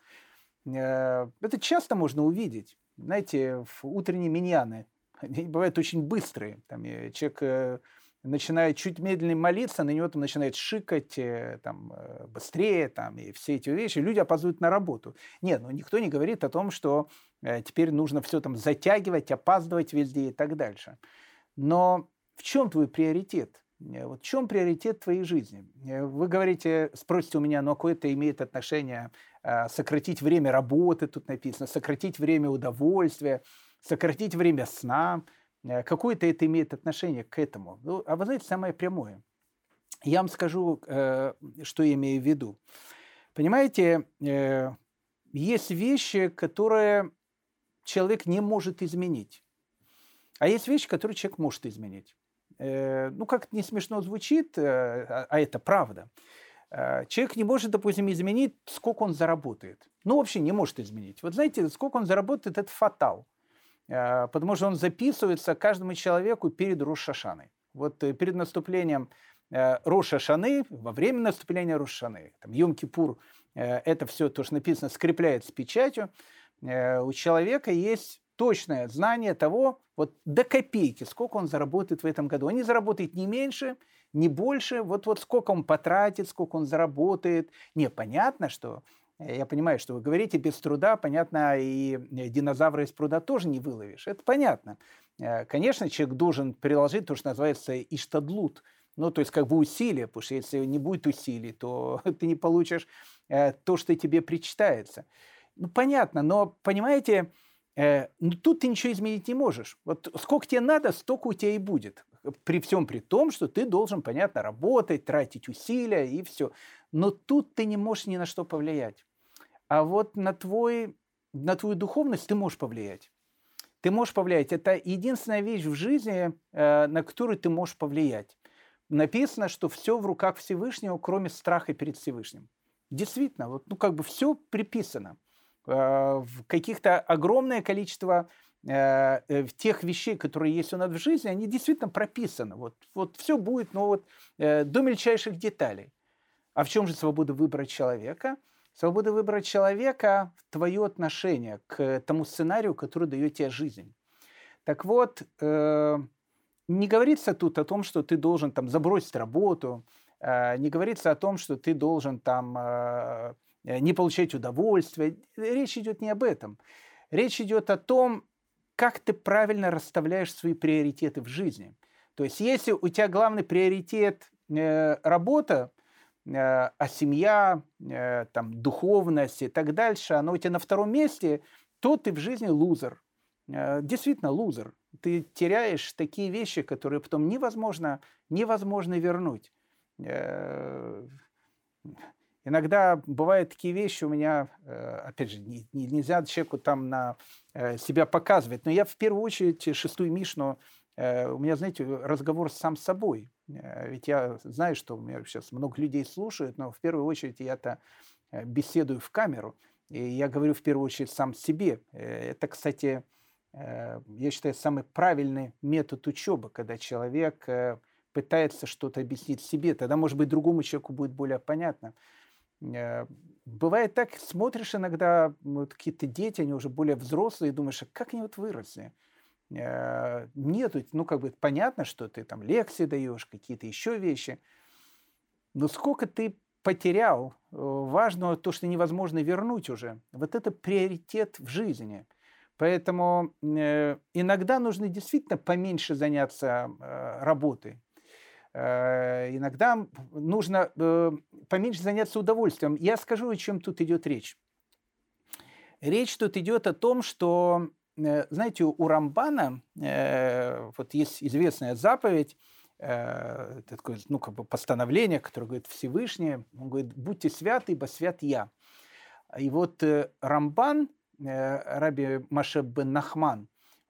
Э, это часто можно увидеть. Знаете, в утренние миньяны, они бывают очень быстрые. Там э, человек э, начинает чуть медленнее молиться, на него там начинает шикать э, там, э, быстрее, там, и все эти вещи. Люди опаздывают на работу. Нет, ну никто не говорит о том, что э, теперь нужно все там затягивать, опаздывать везде и так дальше. Но в чем твой приоритет? Э, Вот в чем приоритет твоей жизни? Э, Вы говорите, спросите у меня, ну какое это имеет отношение э, сократить время работы, тут написано, сократить время удовольствия, сократить время сна. Э, Какое-то это имеет отношение к этому. Ну, а вы знаете, самое прямое. Я вам скажу, э, что я имею в виду. Понимаете, э, есть вещи, которые человек не может изменить. А есть вещи, которые человек может изменить. Э, Ну, как это не смешно звучит, э, а а это правда. Э, Человек не может, допустим, изменить, сколько он заработает. Ну, вообще не может изменить. Вот знаете, сколько он заработает, это фатал. Э, Потому что он записывается каждому человеку перед Рош-Шашаной. Вот э, перед наступлением э, Рош-Шашаны, во время наступления Рош-Шашаны, там Йом-Кипур, э, это все то, что написано, скрепляется с печатью. Э, У человека есть точное знание того, вот до копейки, сколько он заработает в этом году. Он не заработает ни меньше, ни больше. Вот, вот сколько он потратит, сколько он заработает. Не, понятно, что э, я понимаю, что вы говорите без труда, понятно, и э, динозавра из пруда тоже не выловишь. Это понятно. Э, Конечно, человек должен приложить то, что называется иштадлут, ну, то есть как бы усилия, потому что если не будет усилий, то ты не получишь э, то, что тебе причитается. Ну, понятно, но, понимаете, э, ну, тут ты ничего изменить не можешь. Вот сколько тебе надо, столько у тебя и будет. При всем при том, что ты должен, понятно, работать, тратить усилия и все. Но тут ты не можешь ни на что повлиять. А вот на, твой, на твою духовность ты можешь повлиять. Ты можешь повлиять. Это единственная вещь в жизни, э, на которую ты можешь повлиять. Написано, что все в руках Всевышнего, кроме страха перед Всевышним. Действительно, вот, ну как бы все приписано. Э, в каких-то огромное количество э, э, тех вещей, которые есть у нас в жизни, они действительно прописаны. Вот, вот все будет, но вот э, до мельчайших деталей. А в чем же свобода выбора человека? Свобода выбора человека в твое отношение к тому сценарию, который дает тебе жизнь. Так вот, э, не говорится тут о том, что ты должен там забросить работу, э, не говорится о том, что ты должен там э, э, не получать удовольствие. Речь идет не об этом. Речь идет о том, как ты правильно расставляешь свои приоритеты в жизни. То есть, если у тебя главный приоритет э, работа, э, а семья, э, там, духовность и так дальше, оно у тебя на втором месте, то ты в жизни лузер. Э, Действительно лузер. Ты теряешь такие вещи, которые потом невозможно, невозможно вернуть. Э, Иногда бывают такие вещи у меня, э, опять же, не- не- нельзя человеку там на э, себя показывать, но я в первую очередь шестую Мишну, э, у меня, знаете, разговор сам с собой. Э, Ведь я знаю, что у меня сейчас много людей слушают, но в первую очередь я-то э, беседую в камеру, и я говорю в первую очередь сам себе. Э, Это, кстати, э, я считаю, самый правильный метод учебы, когда человек э, пытается что-то объяснить себе, тогда, может быть, другому человеку будет более понятно. Э, Бывает так, смотришь иногда, вот какие-то дети, они уже более взрослые, и думаешь, а как они вот выросли? Э, Нету, ну, как бы понятно, что ты там лекции даешь, какие-то еще вещи, но сколько ты потерял э, важного, то, что невозможно вернуть уже. Вот это приоритет в жизни. Поэтому э, иногда нужно действительно поменьше заняться э, работой. Э, Иногда нужно э, поменьше заняться удовольствием. Я скажу, о чем тут идет речь. Речь тут идет о том, что, э, знаете, у Рамбана э, вот есть известная заповедь, э, это такое, ну, как бы постановление, которое говорит Всевышний, он говорит, будьте святы, ибо свят я. И вот э, Рамбан, э, Раби Маше бен Нахман,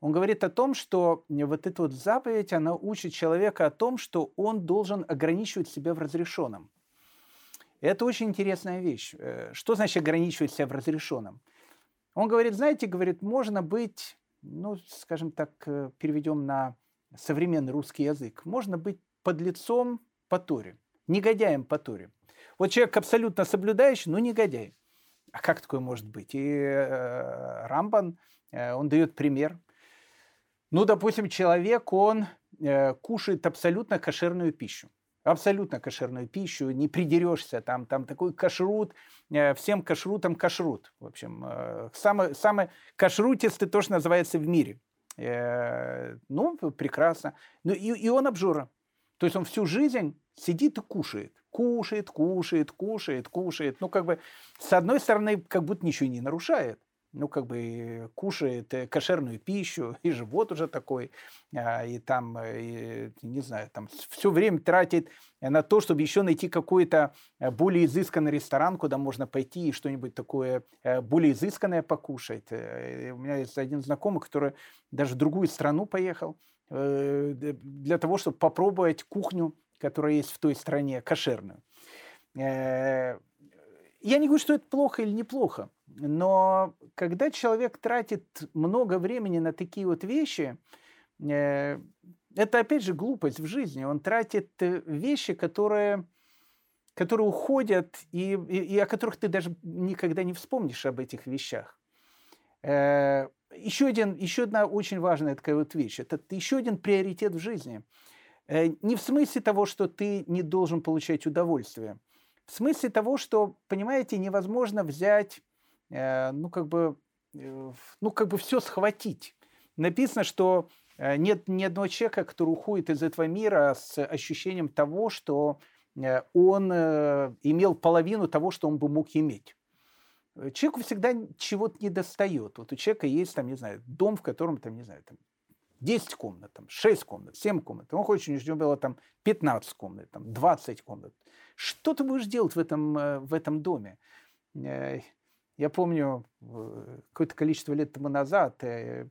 Он говорит о том, что вот эта вот заповедь, она учит человека о том, что он должен ограничивать себя в разрешенном. Это очень интересная вещь. Что значит ограничивать себя в разрешенном? Он говорит, знаете, говорит, можно быть, ну, скажем так, переведем на современный русский язык, можно быть подлецом по Торе, негодяем по Торе. Вот человек абсолютно соблюдающий, но негодяй. А как такое может быть? И э, Рамбан, э, он дает пример. Ну, допустим, человек, он э, кушает абсолютно кошерную пищу. Абсолютно кошерную пищу, не придерешься, там, там такой кашрут, э, всем кашрутам кашрут. В общем, э, самый, самый кашрутистый то, что называется в мире. Э, ну, прекрасно. Ну, и, и он обжора. То есть он всю жизнь сидит и кушает. Кушает, кушает, кушает, кушает. Ну, как бы, с одной стороны, как будто ничего не нарушает. Ну, как бы, кушает кошерную пищу, и живот уже такой, и там, и, не знаю, там все время тратит на то, чтобы еще найти какой-то более изысканный ресторан, куда можно пойти и что-нибудь такое более изысканное покушать. У меня есть один знакомый, который даже в другую страну поехал для того, чтобы попробовать кухню, которая есть в той стране, кошерную. Я не говорю, что это плохо или неплохо, но когда человек тратит много времени на такие вот вещи, это опять же глупость в жизни. Он тратит вещи, которые, которые уходят, и, и, и о которых ты даже никогда не вспомнишь об этих вещах. Еще, один, еще одна очень важная такая вот вещь. Это еще один приоритет в жизни. Не в смысле того, что ты не должен получать удовольствие. В смысле того, что, понимаете, невозможно взять, ну, как бы, ну, как бы все схватить. Написано, что нет ни одного человека, который уходит из этого мира с ощущением того, что он имел половину того, что он бы мог иметь. Человеку всегда чего-то недостает. Вот у человека есть, там, не знаю, дом, в котором, там, не знаю, там, десять комнат, там, шесть комнат, семь комнат. Он хочет, чтобы было там пятнадцать комнат, там, двадцать комнат. Что ты будешь делать в этом, в этом доме? Я помню, какое-то количество лет тому назад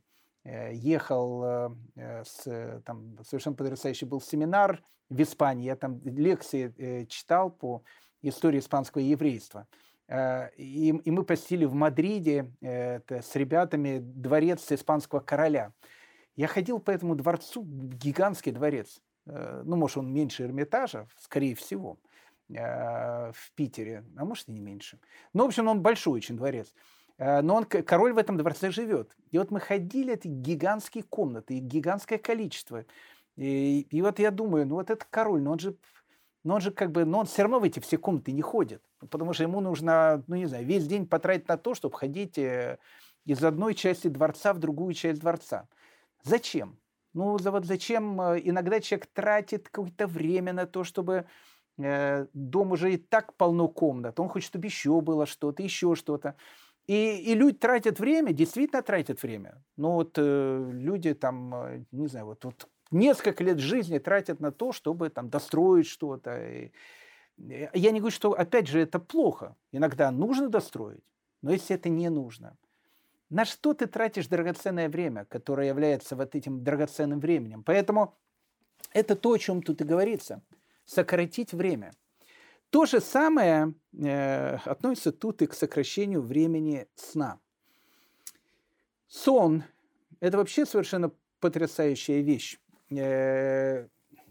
ехал, с, там совершенно потрясающий был семинар в Испании. Я там лекции читал по истории испанского еврейства. И, и мы посетили в Мадриде это, с ребятами дворец испанского короля. Я ходил по этому дворцу, гигантский дворец. Ну, может, он меньше Эрмитажа, скорее всего, в Питере, а может, и не меньше. Ну, в общем, он большой очень дворец. Но он, король в этом дворце живет. И вот мы ходили, это гигантские комнаты, гигантское количество. И, и вот я думаю, ну вот это король, но он же... Но он же как бы, но он все равно в эти все комнаты не ходит, потому что ему нужно, ну не знаю, весь день потратить на то, чтобы ходить из одной части дворца в другую часть дворца. Зачем? Ну вот зачем иногда человек тратит какое-то время на то, чтобы э, дом уже и так полно комнат, он хочет, чтобы еще было что-то, еще что-то. И, и люди тратят время, действительно тратят время. Ну вот э, люди там, не знаю, вот, вот несколько лет жизни тратят на то, чтобы там достроить что-то. Я не говорю, что, опять же, это плохо. Иногда нужно достроить, но если это не нужно, на что ты тратишь драгоценное время, которое является вот этим драгоценным временем? Поэтому это то, о чем тут и говорится. Сократить время. То же самое э, относится тут и к сокращению времени сна. Сон – это вообще совершенно потрясающая вещь. Знаете,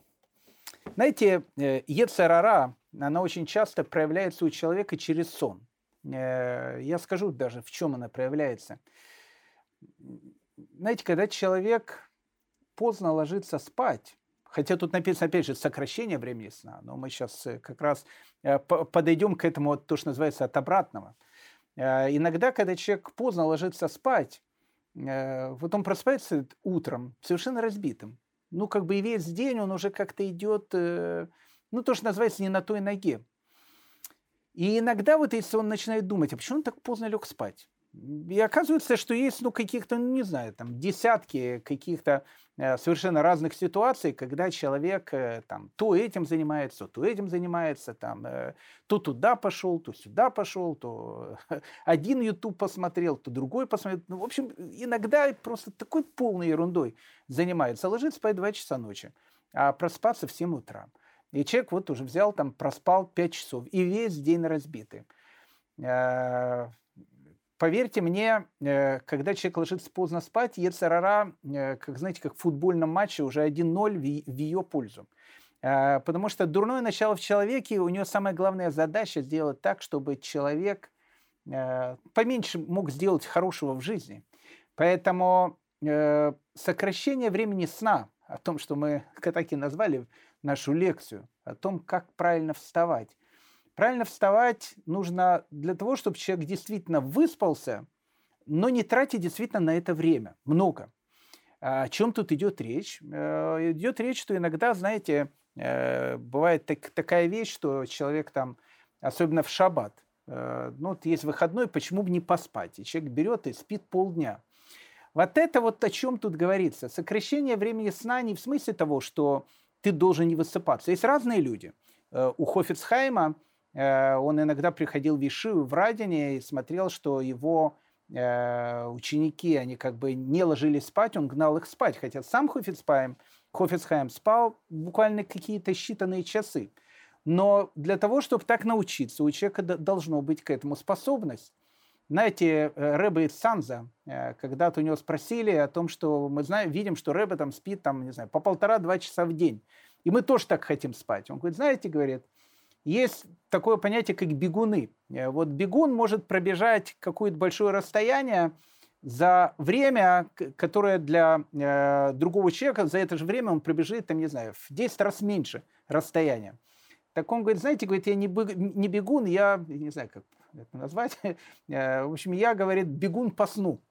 йецер ара, она очень часто проявляется у человека через сон. Я скажу даже, в чем она проявляется. Знаете, когда человек поздно ложится спать, хотя тут написано, опять же, сокращение времени сна, но мы сейчас как раз подойдем к этому, то, что называется, от обратного. Иногда, когда человек поздно ложится спать, вот он просыпается утром совершенно разбитым. Ну, как бы и весь день он уже как-то идет, ну, то, что называется, не на той ноге. И иногда вот если он начинает думать, а почему он так поздно лег спать? И оказывается, что есть, ну, каких-то, ну, не знаю, там, десятки каких-то э, совершенно разных ситуаций, когда человек э, там то этим занимается, то этим занимается, там, э, то туда пошел, то сюда пошел, то один YouTube посмотрел, то другой посмотрел. Ну, в общем, иногда просто такой полной ерундой занимается. Ложится спать два часа ночи, а проспаться в семь утра. И человек вот уже взял, там, проспал пять часов, и весь день разбитый. Э, Поверьте мне, э, когда человек ложится поздно спать, йецер ара, э, как, знаете, как в футбольном матче, уже один ноль в е- в ее пользу. Э, Потому что дурное начало в человеке, у него самая главная задача сделать так, чтобы человек э, поменьше мог сделать хорошего в жизни. Поэтому э, сокращение времени сна, о том, что мы так и назвали нашу лекцию, о том, как правильно вставать. Правильно вставать нужно для того, чтобы человек действительно выспался, но не тратить действительно на это время. Много. А О чем тут идет речь? Э, Идет речь, что иногда, знаете, э, бывает так- такая вещь, что человек там, особенно в шаббат, э, ну вот есть выходной, почему бы не поспать? И человек берет и спит полдня. Вот это вот о чем тут говорится. Сокращение времени сна не в смысле того, что ты должен не высыпаться. Есть разные люди. Э, У Хофицхайма э, он иногда приходил в Ишиву в Радине и смотрел, что его э, ученики, они как бы не ложились спать, он гнал их спать. Хотя сам Хофицхайм, Хофицхайм спал буквально какие-то считанные часы. Но для того, чтобы так научиться, у человека д- должно быть к этому способность. Знаете, э, Рэбе из Санза, э, когда-то у него спросили о том, что мы знаем, видим, что Рэбе там спит там, не знаю, по полтора-два часа в день. И мы тоже так хотим спать. Он говорит, знаете, говорит, есть такое понятие, как бегуны. Э, Вот бегун может пробежать какое-то большое расстояние за время, к- которое для э, другого человека, за это же время он пробежит, там, не знаю, в десять раз меньше расстояния. Так он говорит, знаете, говорит, я не, бы- не бегун, я не знаю, как это назвать. Э, В общем, я, говорит, бегун по сну.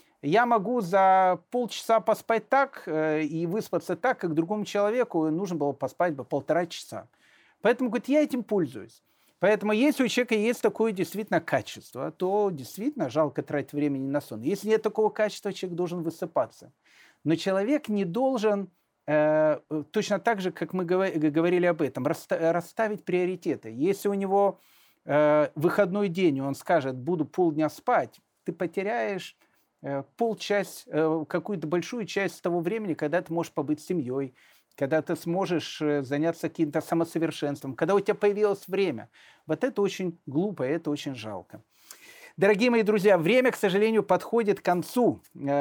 Я могу за полчаса поспать так э, и выспаться так, как другому человеку нужно было поспать бы полтора часа. Поэтому, говорит, я этим пользуюсь. Поэтому если у человека есть такое действительно качество, то действительно жалко тратить времени на сон. Если нет такого качества, человек должен высыпаться. Но человек не должен, э, э, точно так же, как мы гова- говорили об этом, расста- расставить приоритеты. Если у него э, выходной день, и он скажет, буду полдня спать, ты потеряешь э, полчасть, э, какую-то большую часть того времени, когда ты можешь побыть с семьей, когда ты сможешь э, заняться каким-то самосовершенством, когда у тебя появилось время. Вот это очень глупо, и это очень жалко. Дорогие мои друзья, время, к сожалению, подходит к концу.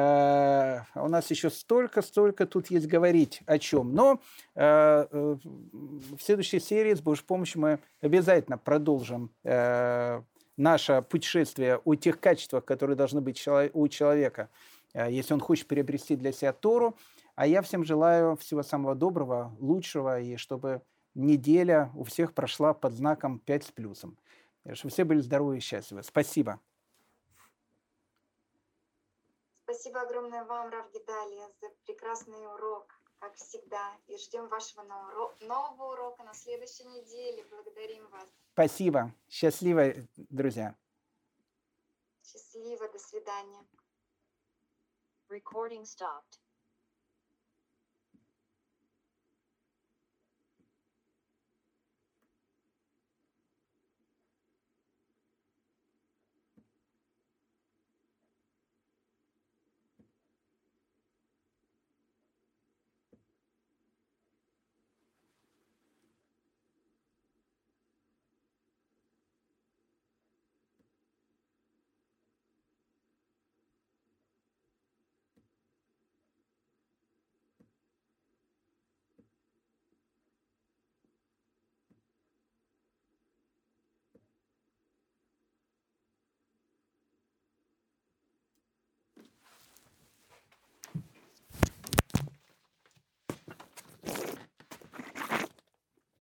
Э, У нас еще столько-столько тут есть говорить о чем. Но э, э, в следующей серии с Божьей помощью мы обязательно продолжим э, наше путешествие о тех качествах, которые должны быть чело- у человека, э, если он хочет приобрести для себя Тору. А я всем желаю всего самого доброго, лучшего, и чтобы неделя у всех прошла под знаком пять с плюсом. Чтобы все были здоровы и счастливы. Спасибо. Спасибо огромное вам, Рав Гидалия, за прекрасный урок, как всегда. И ждем вашего нового урока на следующей неделе. Благодарим вас. Спасибо. Счастливо, друзья. Счастливо. До свидания. Recording stopped.